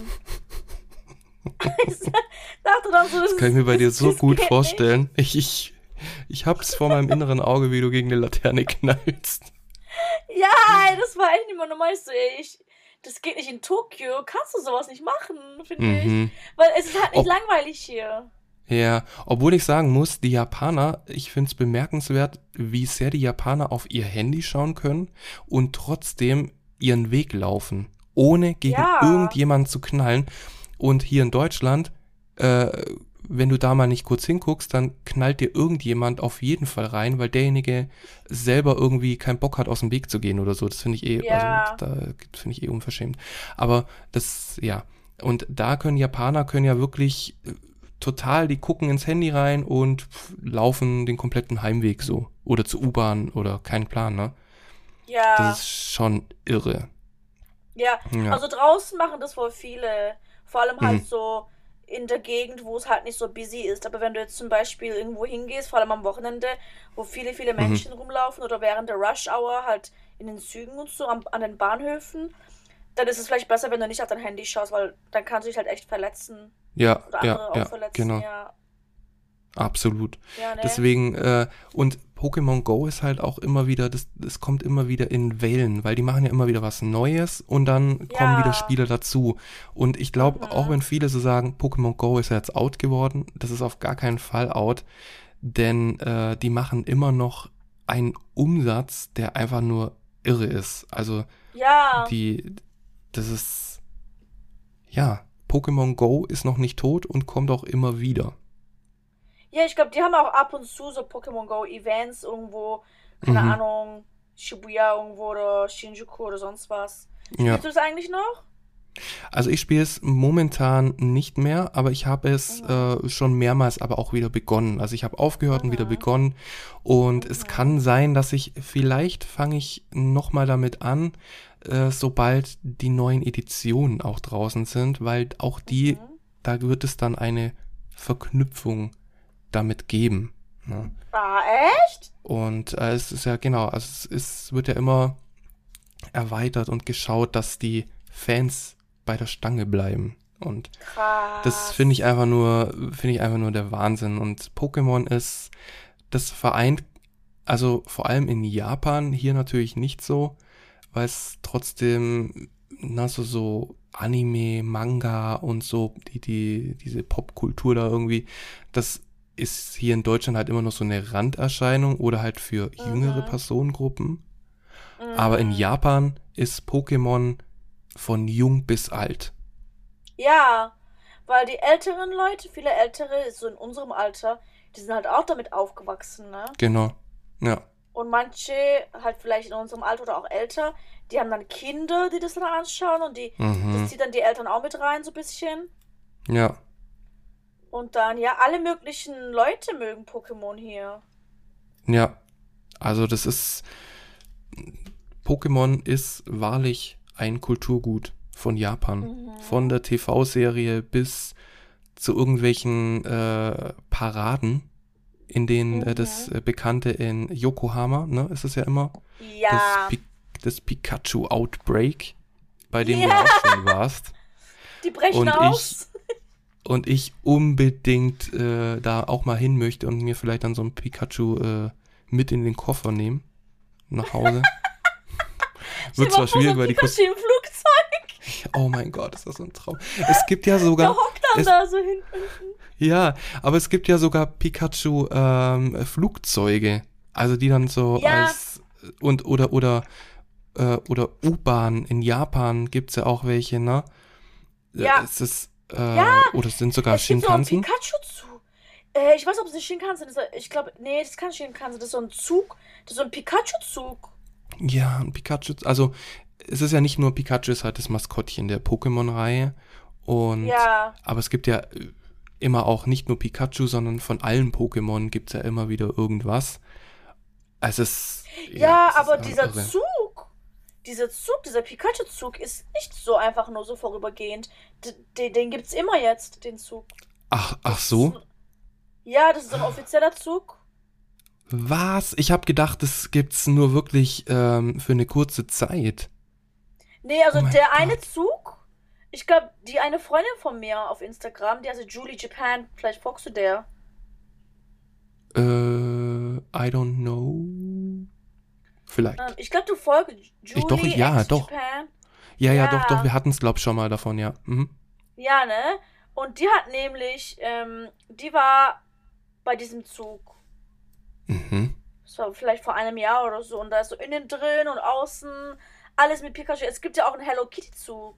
Ich dachte dann so, das, Das kann ich mir bei dir so das gut geht vorstellen. Ich, ich, ich hab's vor meinem inneren Auge, wie du gegen eine Laterne knallst. Nicht. Ja, ey, das war echt nicht mehr normal. Ich so, ey, ich, das geht nicht in Tokio. Kannst du sowas nicht machen, finde ich. Mhm. Weil es ist halt nicht Ob- langweilig hier. Ja, obwohl ich sagen muss, die Japaner, ich finde es bemerkenswert, wie sehr die Japaner auf ihr Handy schauen können und trotzdem ihren Weg laufen, ohne gegen Ja. irgendjemanden zu knallen. Und hier in Deutschland, äh, wenn du da mal nicht kurz hinguckst, dann knallt dir irgendjemand auf jeden Fall rein, weil derjenige selber irgendwie keinen Bock hat, aus dem Weg zu gehen oder so. Das finde ich eh, Ja. also da finde ich eh unverschämt. Aber das, ja. Und da können Japaner können ja wirklich äh, total, die gucken ins Handy rein und pf, laufen den kompletten Heimweg so. Oder zur U-Bahn oder kein Plan, ne? Ja. Das ist schon irre. Ja, Ja. also draußen machen das wohl viele. Vor allem halt Mhm. so in der Gegend, wo es halt nicht so busy ist. Aber wenn du jetzt zum Beispiel irgendwo hingehst, vor allem am Wochenende, wo viele, viele Menschen rumlaufen oder während der Rush Hour halt in den Zügen und so, am, an den Bahnhöfen, dann ist es vielleicht besser, wenn du nicht auf dein Handy schaust, weil dann kannst du dich halt echt verletzen. Ja, Oder ja, andere auch ja, verletzen. genau. Ja, Absolut. ja, ne? Deswegen, äh, und Pokémon Go ist halt auch immer wieder, das, das kommt immer wieder in Wellen, weil die machen ja immer wieder was Neues und dann kommen Ja. wieder Spieler dazu. Und ich glaube, Mhm. auch wenn viele so sagen, Pokémon Go ist ja jetzt out geworden, das ist auf gar keinen Fall out, denn äh, die machen immer noch einen Umsatz, der einfach nur irre ist. Also Ja, die, das ist, ja, Pokémon Go ist noch nicht tot und kommt auch immer wieder. ja, ich glaube, die haben auch ab und zu so Pokémon Go Events irgendwo, keine Mhm. Ahnung, Shibuya irgendwo oder Shinjuku oder sonst was. Ja. Spielst du es eigentlich noch? Also ich spiele es momentan nicht mehr, aber ich habe es Mhm. äh, schon mehrmals aber auch wieder begonnen. Also ich habe aufgehört und wieder Mhm. begonnen und es Mhm. kann sein, dass ich, vielleicht fange ich nochmal damit an, äh, sobald die neuen Editionen auch draußen sind, weil auch die, Mhm. da wird es dann eine Verknüpfung damit geben. Ne? Ah, echt? Und äh, es ist ja genau, also es ist, wird ja immer erweitert und geschaut, dass die Fans bei der Stange bleiben. Und Krass. das finde ich einfach nur, finde ich einfach nur der Wahnsinn. Und Pokémon ist, das vereint, also vor allem in Japan, hier natürlich nicht so, weil es trotzdem, na, so, so Anime, Manga und so, die, die, diese Popkultur da irgendwie, das ist hier in Deutschland halt immer noch so eine Randerscheinung oder halt für jüngere Mhm. Personengruppen. Mhm. Aber in Japan ist Pokémon von jung bis alt. Ja, weil die älteren Leute, viele ältere, so in unserem Alter, die sind halt auch damit aufgewachsen, ne? Genau. Ja. Und manche, halt vielleicht in unserem Alter oder auch älter, die haben dann Kinder, die das dann anschauen und die, Mhm. das zieht dann die Eltern auch mit rein, so ein bisschen. Ja. Und dann, ja, alle möglichen Leute mögen Pokémon hier. Ja. Also das ist, Pokémon ist wahrlich ein Kulturgut von Japan. Mhm. Von der T V-Serie bis zu irgendwelchen äh, Paraden in denen Mhm. äh, das äh, Bekannte in Yokohama, ne, ist es ja immer, das, Ja, Pi das Pikachu Outbreak, bei dem du ja, auch schon warst. die brechen Und ich, aus. und ich unbedingt äh, da auch mal hin möchte und mir vielleicht dann so ein Pikachu äh, mit in den Koffer nehmen, nach Hause. Stell Wird dir zwar mal vor, so schwierig, ein weil die Pikachu im Flugzeug. Oh mein Gott, ist das so ein Traum. Es gibt ja Der sogar, hockt dann es, da so hinten. ja, aber es gibt ja sogar Pikachu ähm, Flugzeuge, also die dann so Ja, als und oder oder äh, oder U-Bahn in Japan gibt's ja auch welche, ne? Äh, ja, Es ist ja. äh, oder es sind sogar Es gibt so einen Shinkansen. Pikachu-Zug. Äh, ich weiß, ob es ein Shinkansen ist. Ich glaube, nee, das ist kein Shinkansen. Das ist so ein Zug. Das ist so ein Pikachu-Zug. Ja, ein Pikachu, also es ist ja nicht nur Pikachu, es ist halt das Maskottchen der Pokémon-Reihe und Ja. aber es gibt ja äh, immer auch nicht nur Pikachu, sondern von allen Pokémon gibt's ja immer wieder irgendwas. Also es ist, ja, Ja, es ist aber einfach dieser irre. Zug, dieser Zug, dieser Pikachu-Zug ist nicht so einfach nur so vorübergehend. D den, den gibt's immer jetzt, den Zug. Ach, ach Das ist so? ein, ja, das ist so ein offizieller Zug. Was? Ich habe gedacht, das gibt's nur wirklich ähm, für eine kurze Zeit. Nee, Oh also mein der eine Gott. Zug, ich glaube, die eine Freundin von mir auf Instagram, die heißt Julie Japan, vielleicht folgst du der. Äh, I don't know. Ähm, Vielleicht. ich glaube, du folgst Ich doch, Julie ja, X doch. Japan. Ja, ja, doch, doch, Ja, wir hatten's glaub schon mal davon, ja. Mhm. ja, ne? Und die hat nämlich, ähm, die war bei diesem Zug. Mhm. Das war vielleicht vor einem Jahr oder so. Und da ist so innen drin und außen alles mit Pikachu. Es gibt ja auch einen Hello Kitty Zug.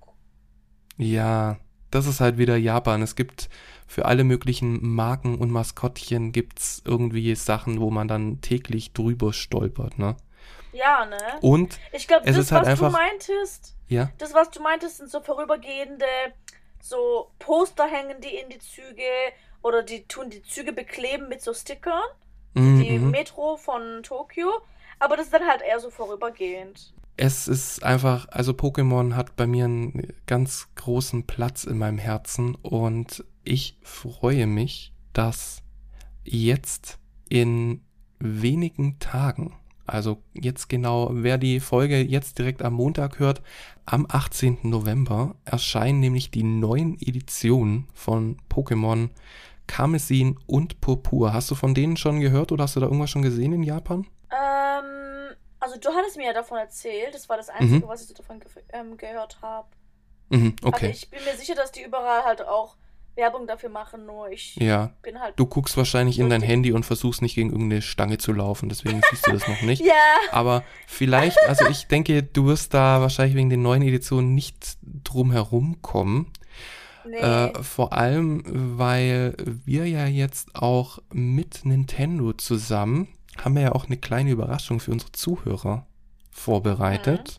Ja, das ist halt wieder Japan. Es gibt für alle möglichen Marken und Maskottchen gibt's irgendwie Sachen, wo man dann täglich drüber stolpert, ne? Ja, ne? Und Ich glaube, es das, ist halt was du einfach, meintest, ja, das, was du meintest, sind so vorübergehende, so Poster hängen die in die Züge oder die tun die Züge bekleben mit so Stickern. mhm, Die mhm. Metro von Tokio. Aber das ist dann halt eher so vorübergehend. Es ist einfach, also Pokémon hat bei mir einen ganz großen Platz in meinem Herzen und ich freue mich, dass jetzt in wenigen Tagen, also jetzt genau, wer die Folge jetzt direkt am Montag hört, am achtzehnten November erscheinen nämlich die neuen Editionen von Pokémon Karmesin und Purpur. Hast du von denen schon gehört oder hast du da irgendwas schon gesehen in Japan? Ähm, also du hattest mir ja davon erzählt. Das war das Mhm, Einzige, was ich so davon ge ähm, gehört habe. mhm, Also okay. ich bin mir sicher, dass die überall halt auch Werbung dafür machen. Nur ich Ja, bin halt du guckst wahrscheinlich in durch dein die... Handy und versuchst nicht gegen irgendeine Stange zu laufen, deswegen siehst du das noch nicht. Ja, Aber vielleicht, also ich denke, du wirst da wahrscheinlich wegen den neuen Editionen nicht drum herum kommen. nee. Äh, vor allem, weil wir ja jetzt auch mit Nintendo zusammen haben wir ja auch eine kleine Überraschung für unsere Zuhörer Mhm. vorbereitet.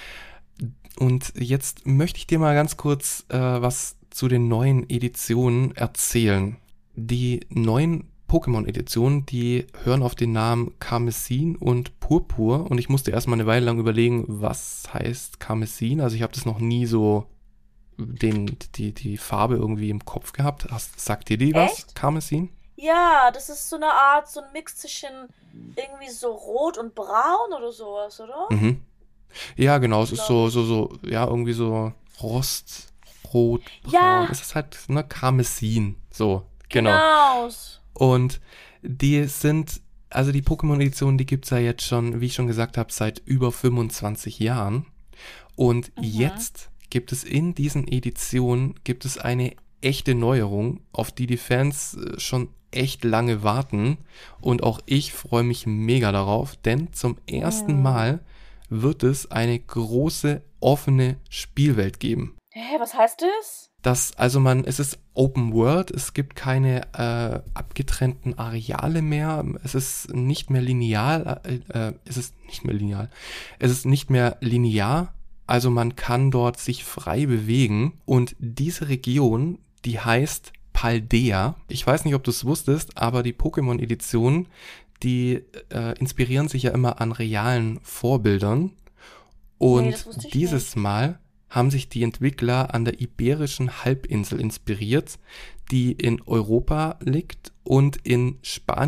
Und jetzt möchte ich dir mal ganz kurz äh, was zu den neuen Editionen erzählen. Die neuen Pokémon-Editionen, die hören auf den Namen Karmesin und Purpur. Und ich musste erstmal eine Weile lang überlegen, was heißt Karmesin. Also ich habe das noch nie so den, die, die Farbe irgendwie im Kopf gehabt. Hast, sagt dir die was, Echt? Karmesin? Ja, das ist so eine Art, so ein Mix zwischen irgendwie so rot und braun oder sowas, oder? Mhm. Ja, genau, es ist Glaube so, so, ich. so, ja, irgendwie so Rost, Rot, Braun. Ja, Es ist halt, ne, Karmesin. So, genau. genau. Und die sind, also die Pokémon-Edition, die gibt's ja jetzt schon, wie ich schon gesagt habe, seit über fünfundzwanzig Jahren. Und Mhm. jetzt gibt es in diesen Editionen, gibt es eine echte Neuerung, auf die die Fans äh, schon echt lange warten. Und auch ich freue mich mega darauf, denn zum ersten Mhm. Mal wird es eine große offene Spielwelt geben. Hä, was heißt das? Das, also man, es ist Open World, es gibt keine äh, abgetrennten Areale mehr, es ist nicht mehr lineal, äh, äh, es ist nicht mehr lineal, es ist nicht mehr linear, also man kann dort sich frei bewegen und diese Region, die heißt Paldea. Ich weiß nicht, ob du es wusstest, aber die Pokémon-Editionen, die äh, inspirieren sich ja immer an realen Vorbildern Nee, und das wusste ich dieses nicht. Mal haben sich die Entwickler an der Iberischen Halbinsel inspiriert, die in Europa liegt und in Spanien,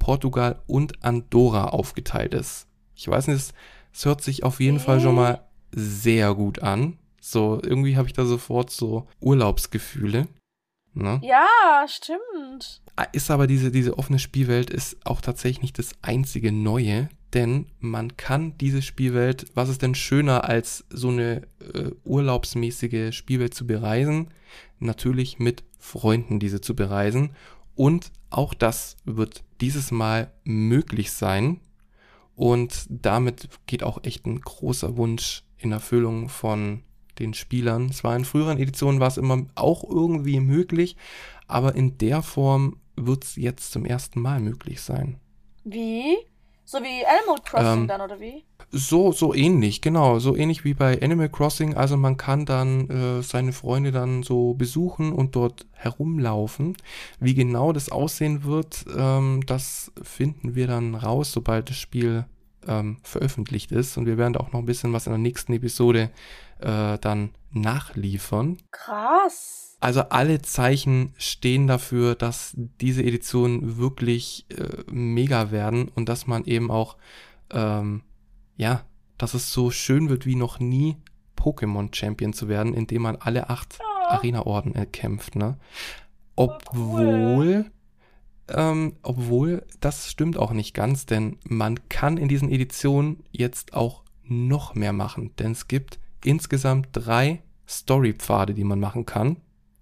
Portugal und Andorra aufgeteilt ist. Ich weiß nicht, es, es hört sich auf jeden Okay. Fall schon mal sehr gut an. So, irgendwie habe ich da sofort so Urlaubsgefühle. Ne? Ja, stimmt. Ist aber diese, diese offene Spielwelt ist auch tatsächlich nicht das einzige Neue, denn man kann diese Spielwelt, was ist denn schöner als so eine äh, urlaubsmäßige Spielwelt zu bereisen? Natürlich mit Freunden diese zu bereisen, und auch das wird dieses Mal möglich sein, und damit geht auch echt ein großer Wunsch in Erfüllung von den Spielern. Es war in früheren Editionen war es immer auch irgendwie möglich, aber in der Form wird es jetzt zum ersten Mal möglich sein. Wie? So wie Animal Crossing Ähm, dann, oder wie? So, so ähnlich, genau, so ähnlich wie bei Animal Crossing. Also man kann dann äh, seine Freunde dann so besuchen und dort herumlaufen. Wie genau das aussehen wird, ähm, das finden wir dann raus, sobald das Spiel ähm, veröffentlicht ist. Und wir werden da auch noch ein bisschen was in der nächsten Episode äh, dann nachliefern. Krass. Also alle Zeichen stehen dafür, dass diese Editionen wirklich äh, mega werden und dass man eben auch, ähm, ja, dass es so schön wird wie noch nie, Pokémon-Champion zu werden, indem man alle acht Oh, Arena-Orden erkämpft, ne? voll Obwohl, ähm, obwohl, das stimmt auch nicht ganz, denn man kann in diesen Editionen jetzt auch noch mehr machen, denn es gibt insgesamt drei Story-Pfade, die man machen kann.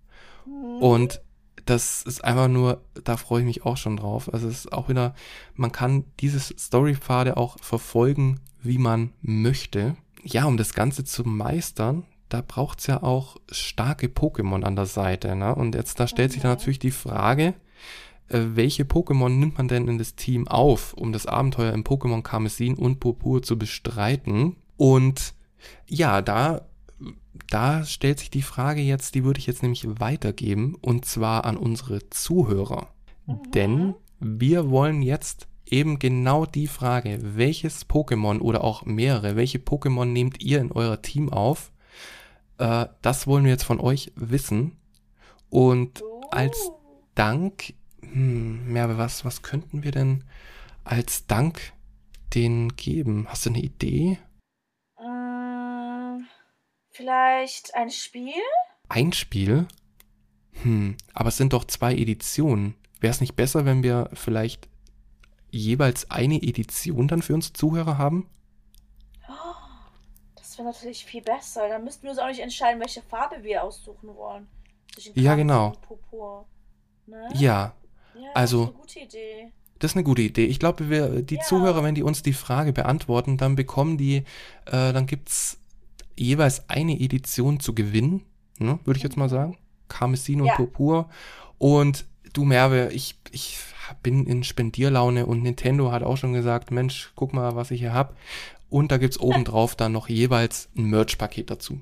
Hm. Und das ist einfach nur, da freue ich mich auch schon drauf. Also es ist auch wieder, man kann diese Storypfade auch verfolgen, wie man möchte. Ja, um das Ganze zu meistern, da braucht es ja auch starke Pokémon an der Seite, ne? Und jetzt, da stellt sich dann Mhm. natürlich die Frage, äh, welche Pokémon nimmt man denn in das Team auf, um das Abenteuer im Pokémon Karmesin und Purpur zu bestreiten? Und ja, da Da stellt sich die Frage jetzt, die würde ich jetzt nämlich weitergeben, und zwar an unsere Zuhörer. Mhm. Denn wir wollen jetzt eben genau die Frage, welches Pokémon oder auch mehrere, welche Pokémon nehmt ihr in euer Team auf? Äh, das wollen wir jetzt von euch wissen. Und als Uh. Dank, hm, Merve, was, was könnten wir denn als Dank denen geben? Hast du eine Idee? Mm, Vielleicht ein Spiel? Ein Spiel? Hm, aber es sind doch zwei Editionen. Wäre es nicht besser, wenn wir vielleicht jeweils eine Edition dann für uns Zuhörer haben? Oh, das wäre natürlich viel besser. Dann müssten wir uns auch nicht entscheiden, welche Farbe wir aussuchen wollen. Zwischen Ja, Karmesin genau. und Purpur. Ne? Ja, Ja, also- das ist eine gute Idee. das ist eine gute Idee. Ich glaube, wir, die Ja. Zuhörer, wenn die uns die Frage beantworten, dann bekommen die, äh, dann gibt's jeweils eine Edition zu gewinnen, ne, würde ich jetzt mal sagen. Karmesin und Ja. Purpur. Und du, Merve, ich, ich bin in Spendierlaune, und Nintendo hat auch schon gesagt, Mensch, guck mal, was ich hier hab. Und da gibt's obendrauf dann noch jeweils ein Merch-Paket dazu.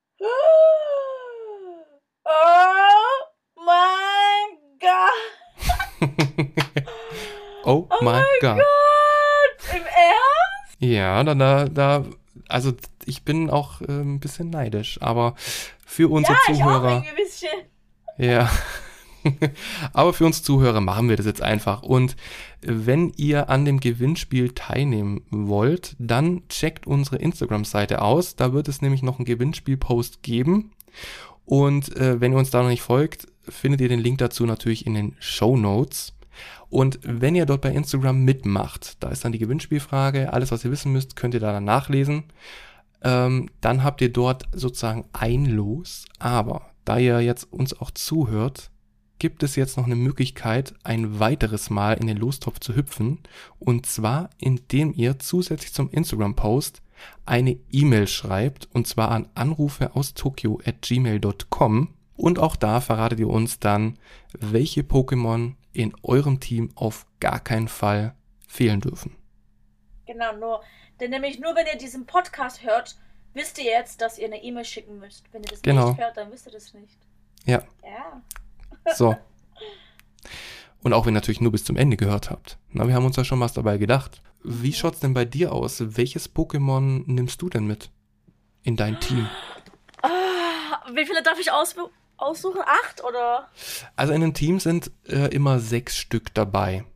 Oh mein Gott! Oh, Oh my mein God. Gott! Im Ernst? Ja, da, da, da, also ich bin auch äh, ein bisschen neidisch, aber für unsere Ja, ich auch Zuhörer, irgendwie ein bisschen. ja, aber für uns Zuhörer machen wir das jetzt einfach. Und wenn ihr an dem Gewinnspiel teilnehmen wollt, dann checkt unsere Instagram-Seite aus. Da wird es nämlich noch einen Gewinnspiel-Post geben. Und äh, wenn ihr uns da noch nicht folgt, findet ihr den Link dazu natürlich in den Shownotes. Und wenn ihr dort bei Instagram mitmacht, da ist dann die Gewinnspielfrage, alles was ihr wissen müsst, könnt ihr da dann nachlesen. Ähm, dann habt ihr dort sozusagen ein Los, aber da ihr jetzt uns auch zuhört, gibt es jetzt noch eine Möglichkeit, ein weiteres Mal in den Lostopf zu hüpfen, und zwar indem ihr zusätzlich zum Instagram-Post eine E-Mail schreibt, und zwar an anrufe aus tokyo at gmail dot com, und auch da verratet ihr uns dann, welche Pokémon in eurem Team auf gar keinen Fall fehlen dürfen. Genau, nur. Denn nämlich nur wenn ihr diesen Podcast hört, wisst ihr jetzt, dass ihr eine E-Mail schicken müsst. Wenn ihr das Genau. nicht hört, dann wisst ihr das nicht. Ja, Ja. so. Und auch wenn ihr natürlich nur bis zum Ende gehört habt. Na, wir haben uns da schon was dabei gedacht. Wie schaut's denn bei dir aus? Welches Pokémon nimmst du denn mit in dein Team? Ah, wie viele darf ich aus aussuchen? Acht oder? Also in einem Team sind äh, immer sechs Stück dabei.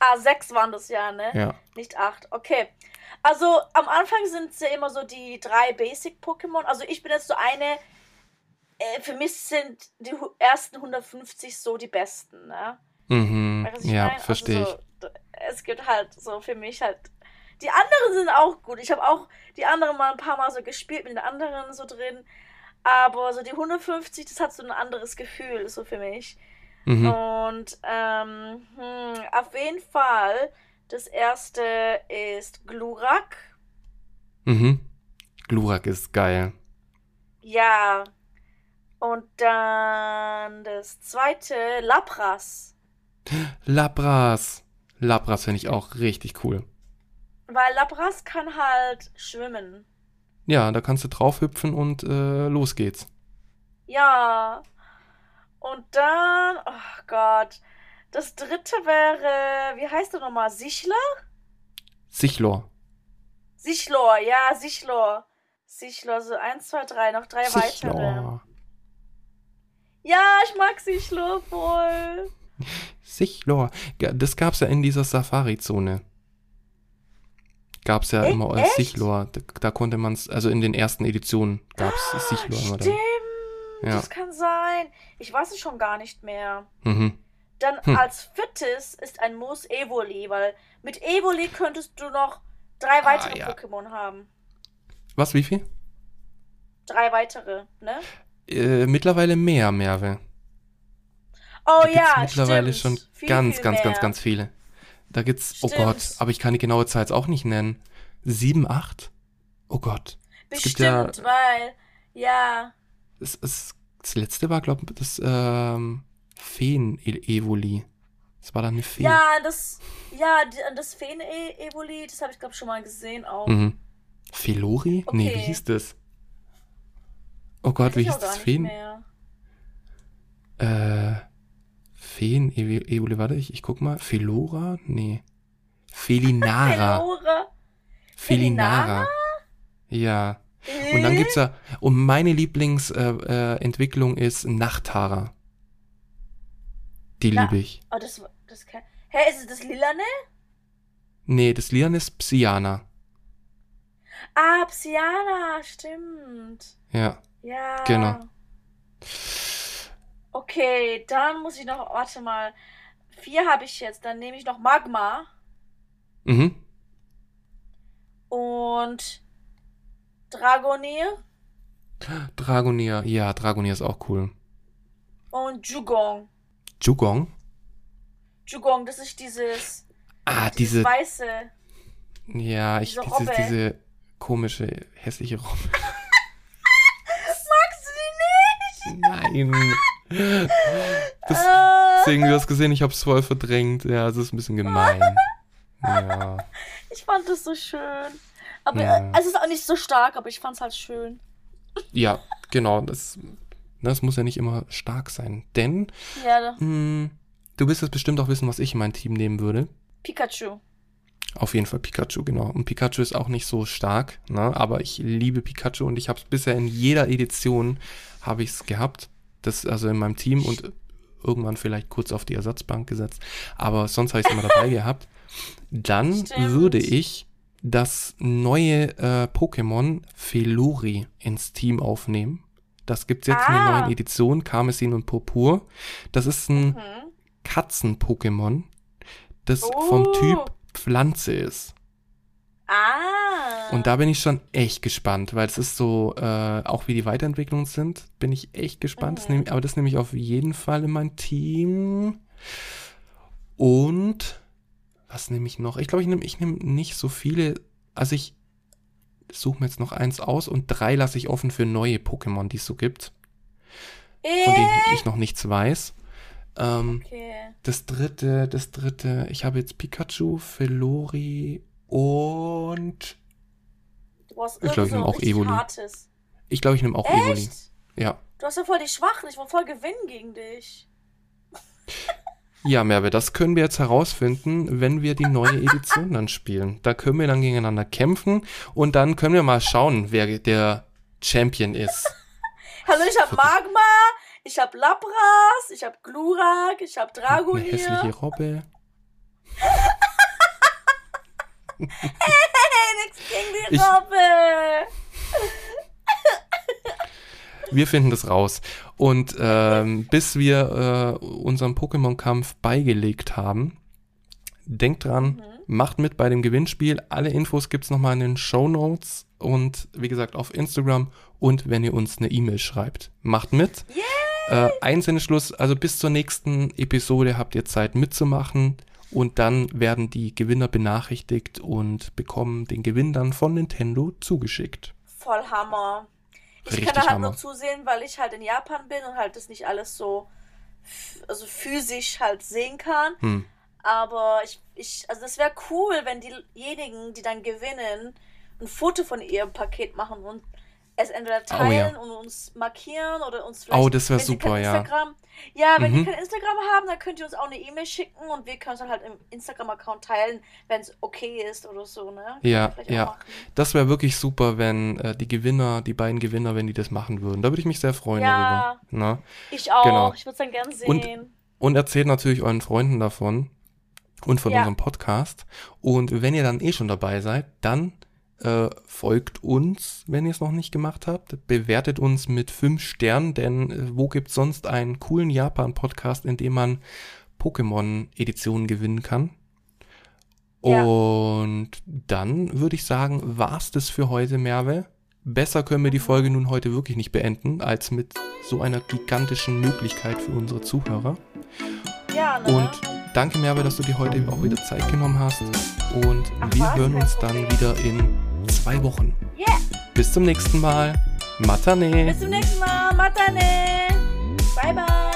Ah, sechs waren das ja, ne? Ja. Nicht acht. Okay. Also am Anfang sind es ja immer so die drei Basic-Pokémon. Also ich bin jetzt so eine, äh, für mich sind die hu- ersten hundertfünfzig so die besten, ne? Mhm. Weißt du, was ich Ja, meine? Also verstehe so, ich. d- es gibt halt so für mich halt. Die anderen sind auch gut. Ich habe auch die anderen mal ein paar Mal so gespielt mit den anderen so drin. Aber so die hundertfünfzig, das hat so ein anderes Gefühl, so für mich. Mhm. Und ähm, hm, auf jeden Fall, das erste ist Glurak. Mhm. Glurak ist geil. Ja. Und dann das zweite, Lapras. Lapras. Lapras finde ich auch richtig cool. Weil Lapras kann halt schwimmen. Ja, da kannst du draufhüpfen und äh, los geht's. Ja. Und dann, oh Gott. Das dritte wäre, wie heißt der nochmal? Sichler? Sichlor. Sichlor, ja, Sichlor. Sichlor, so eins, zwei, drei, noch drei weitere. Sichlor. Ja, ich mag Sichlor voll. Sichlor. Ga- Das gab's ja in dieser Safari-Zone. Gab's ja E- immer als echt? Sichlor. Da, da konnte man's, also in den ersten Editionen gab's Sichlor immer Stimmt, dann. Ja. das kann sein. Ich weiß es schon gar nicht mehr. Mhm. Dann Hm. als viertes ist ein Muss Evoli, weil mit Evoli könntest du noch drei Ah, weitere ja. Pokémon haben. Was, wie viel? Drei weitere, ne? Äh, mittlerweile mehr, Merve. Oh Da gibt's ja, mittlerweile stimmt. schon Viel, ganz, viel ganz, mehr. ganz, ganz viele. Da gibt's, oh Stimmt. Gott, aber ich kann die genaue Zahl jetzt auch nicht nennen. Sieben, acht? Oh Gott. Es gibt ja, Bestimmt, weil, ja, es, es, das letzte war, glaube ich, das ähm, Feen-Evoli. Das war dann eine Fee. ja, das, ja, die- das Feen-Evoli, das habe ich, glaube schon mal gesehen auch. Mhm. Felori? Nee, wie Okay. hieß das? Oh Gott, Weiß wie ich hieß auch gar das? nicht Feen? mehr. Äh, Feen-Evoli, warte, ich, ich guck mal. Felora? Nee. Felinara. Felora? Felinara. Ja. Und dann Äh? gibt's ja, und meine Lieblingsentwicklung äh, äh, Entwicklung ist Nachttara. Die Na- liebe ich. Oh, das, das kann, hä, ist es das Lilane? Nee, das Lian ist Psyana. Ah, Psyana, stimmt. Ja, Ja. genau. Okay, dann muss ich noch, warte mal. Vier habe ich jetzt, dann nehme ich noch Magma Mhm. und Dragonier Dragonier. Ja, Dragonier ist auch cool. und Jugong. Jugong? Jugong, das ist dieses, Ah, dieses diese, weiße. ja, ich, diese diese, Robbe. diese komische, hässliche Robbe. Magst du die nicht? Nein. Das, Äh, deswegen, du hast gesehen, ich hab's voll verdrängt. Ja, das ist ein bisschen gemein. Ja. ich fand das so schön. Aber Ja. äh, es ist auch nicht so stark, aber ich fand's halt schön. Ja, genau. Das, das muss ja nicht immer stark sein. Denn, Ja, da- mh, du wirst jetzt bestimmt auch wissen, was ich in mein Team nehmen würde. Pikachu. Auf jeden Fall Pikachu, genau. Und Pikachu ist auch nicht so stark, ne? Aber ich liebe Pikachu und ich habe es bisher in jeder Edition habe ich es gehabt. Das also in meinem Team und irgendwann vielleicht kurz auf die Ersatzbank gesetzt. Aber sonst habe ich es immer dabei gehabt. Dann Stimmt. würde ich das neue äh, Pokémon Felori ins Team aufnehmen. Das gibt's jetzt in der Ah. neuen Edition, Karmesin und Purpur. Das ist ein Hm. Katzen-Pokémon, das Oh. vom Typ Pflanze ist. Ah. Und da bin ich schon echt gespannt, weil es ist so, äh, auch wie die Weiterentwicklungen sind, bin ich echt gespannt. Das Mhm. nehm, aber das nehme ich auf jeden Fall in mein Team. Und was nehme ich noch? Ich glaube, ich nehme ich nehm nicht so viele. Also ich suche mir jetzt noch eins aus und drei lasse ich offen für neue Pokémon, die es so gibt, von denen Äh. ich noch nichts weiß. Ähm, Okay. Das dritte, das dritte, ich habe jetzt Pikachu, Felori und Du brauchst Ich glaub, irgend ich so nehm ein auch richtig Evoli. hartes. ich glaube, ich nehme auch Evoli. Echt? Ja. Du hast ja voll die Schwachen. Ich will voll gewinnen gegen dich. Ja, Merve, das können wir jetzt herausfinden, wenn wir die neue Edition dann spielen. Da können wir dann gegeneinander kämpfen und dann können wir mal schauen, wer der Champion ist. Hallo, ich hab Verrückt. Magma, ich hab Lapras, ich hab Glurak, ich hab Eine Dragonier. hässliche Robbe. Hey, nix gegen die Ich- Robbe. Wir finden das raus. Und ähm, bis wir äh, unseren Pokémon-Kampf beigelegt haben, denkt dran, macht mit bei dem Gewinnspiel. Alle Infos gibt's nochmal in den Shownotes und wie gesagt auf Instagram und wenn ihr uns eine E-Mail schreibt. Macht mit. Äh, Einsendeschluss, also bis zur nächsten Episode habt ihr Zeit mitzumachen und dann werden die Gewinner benachrichtigt und bekommen den Gewinn dann von Nintendo zugeschickt. Voll Hammer. Ich Richtig kann da halt Hammer. nur zusehen, weil ich halt in Japan bin und halt das nicht alles so f- also physisch halt sehen kann. Hm. Aber ich, ich, also das wäre cool, wenn diejenigen, die dann gewinnen, ein Foto von ihrem Paket machen und es entweder teilen ja. und uns markieren oder uns vielleicht... Oh, das wär wenn sie super, kein ja. Instagram, ja, wenn Mhm. die kein Instagram haben, dann könnt ihr uns auch eine E-Mail schicken und wir können es dann halt im Instagram-Account teilen, wenn es okay ist oder so, ne? Können Ja, wir vielleicht auch ja. machen. Das wäre wirklich super, wenn äh, die Gewinner, die beiden Gewinner, wenn die das machen würden. Da würde ich mich sehr freuen Ja. darüber. Na? Ich auch, Genau. ich würde es dann gern Und- sehen. Und erzählt natürlich euren Freunden davon und von Ja. unserem Podcast. Und wenn ihr dann eh schon dabei seid, dann äh, folgt uns, wenn ihr es noch nicht gemacht habt. Bewertet uns mit fünf Sternen, denn äh, wo gibt's sonst einen coolen Japan-Podcast, in dem man Pokémon-Editionen gewinnen kann? Ja. Und dann würde ich sagen, war's das für heute, Merve. Besser können wir die Folge nun heute wirklich nicht beenden, als mit so einer gigantischen Möglichkeit für unsere Zuhörer. Ja, ne? Und danke, Merve, dass du dir heute auch wieder Zeit genommen hast. Und Ach wir was, hören kein uns dann Problem. wieder in zwei Wochen. Yeah. Bis zum nächsten Mal. Matane. Bis zum nächsten Mal. Matane. Bye, bye.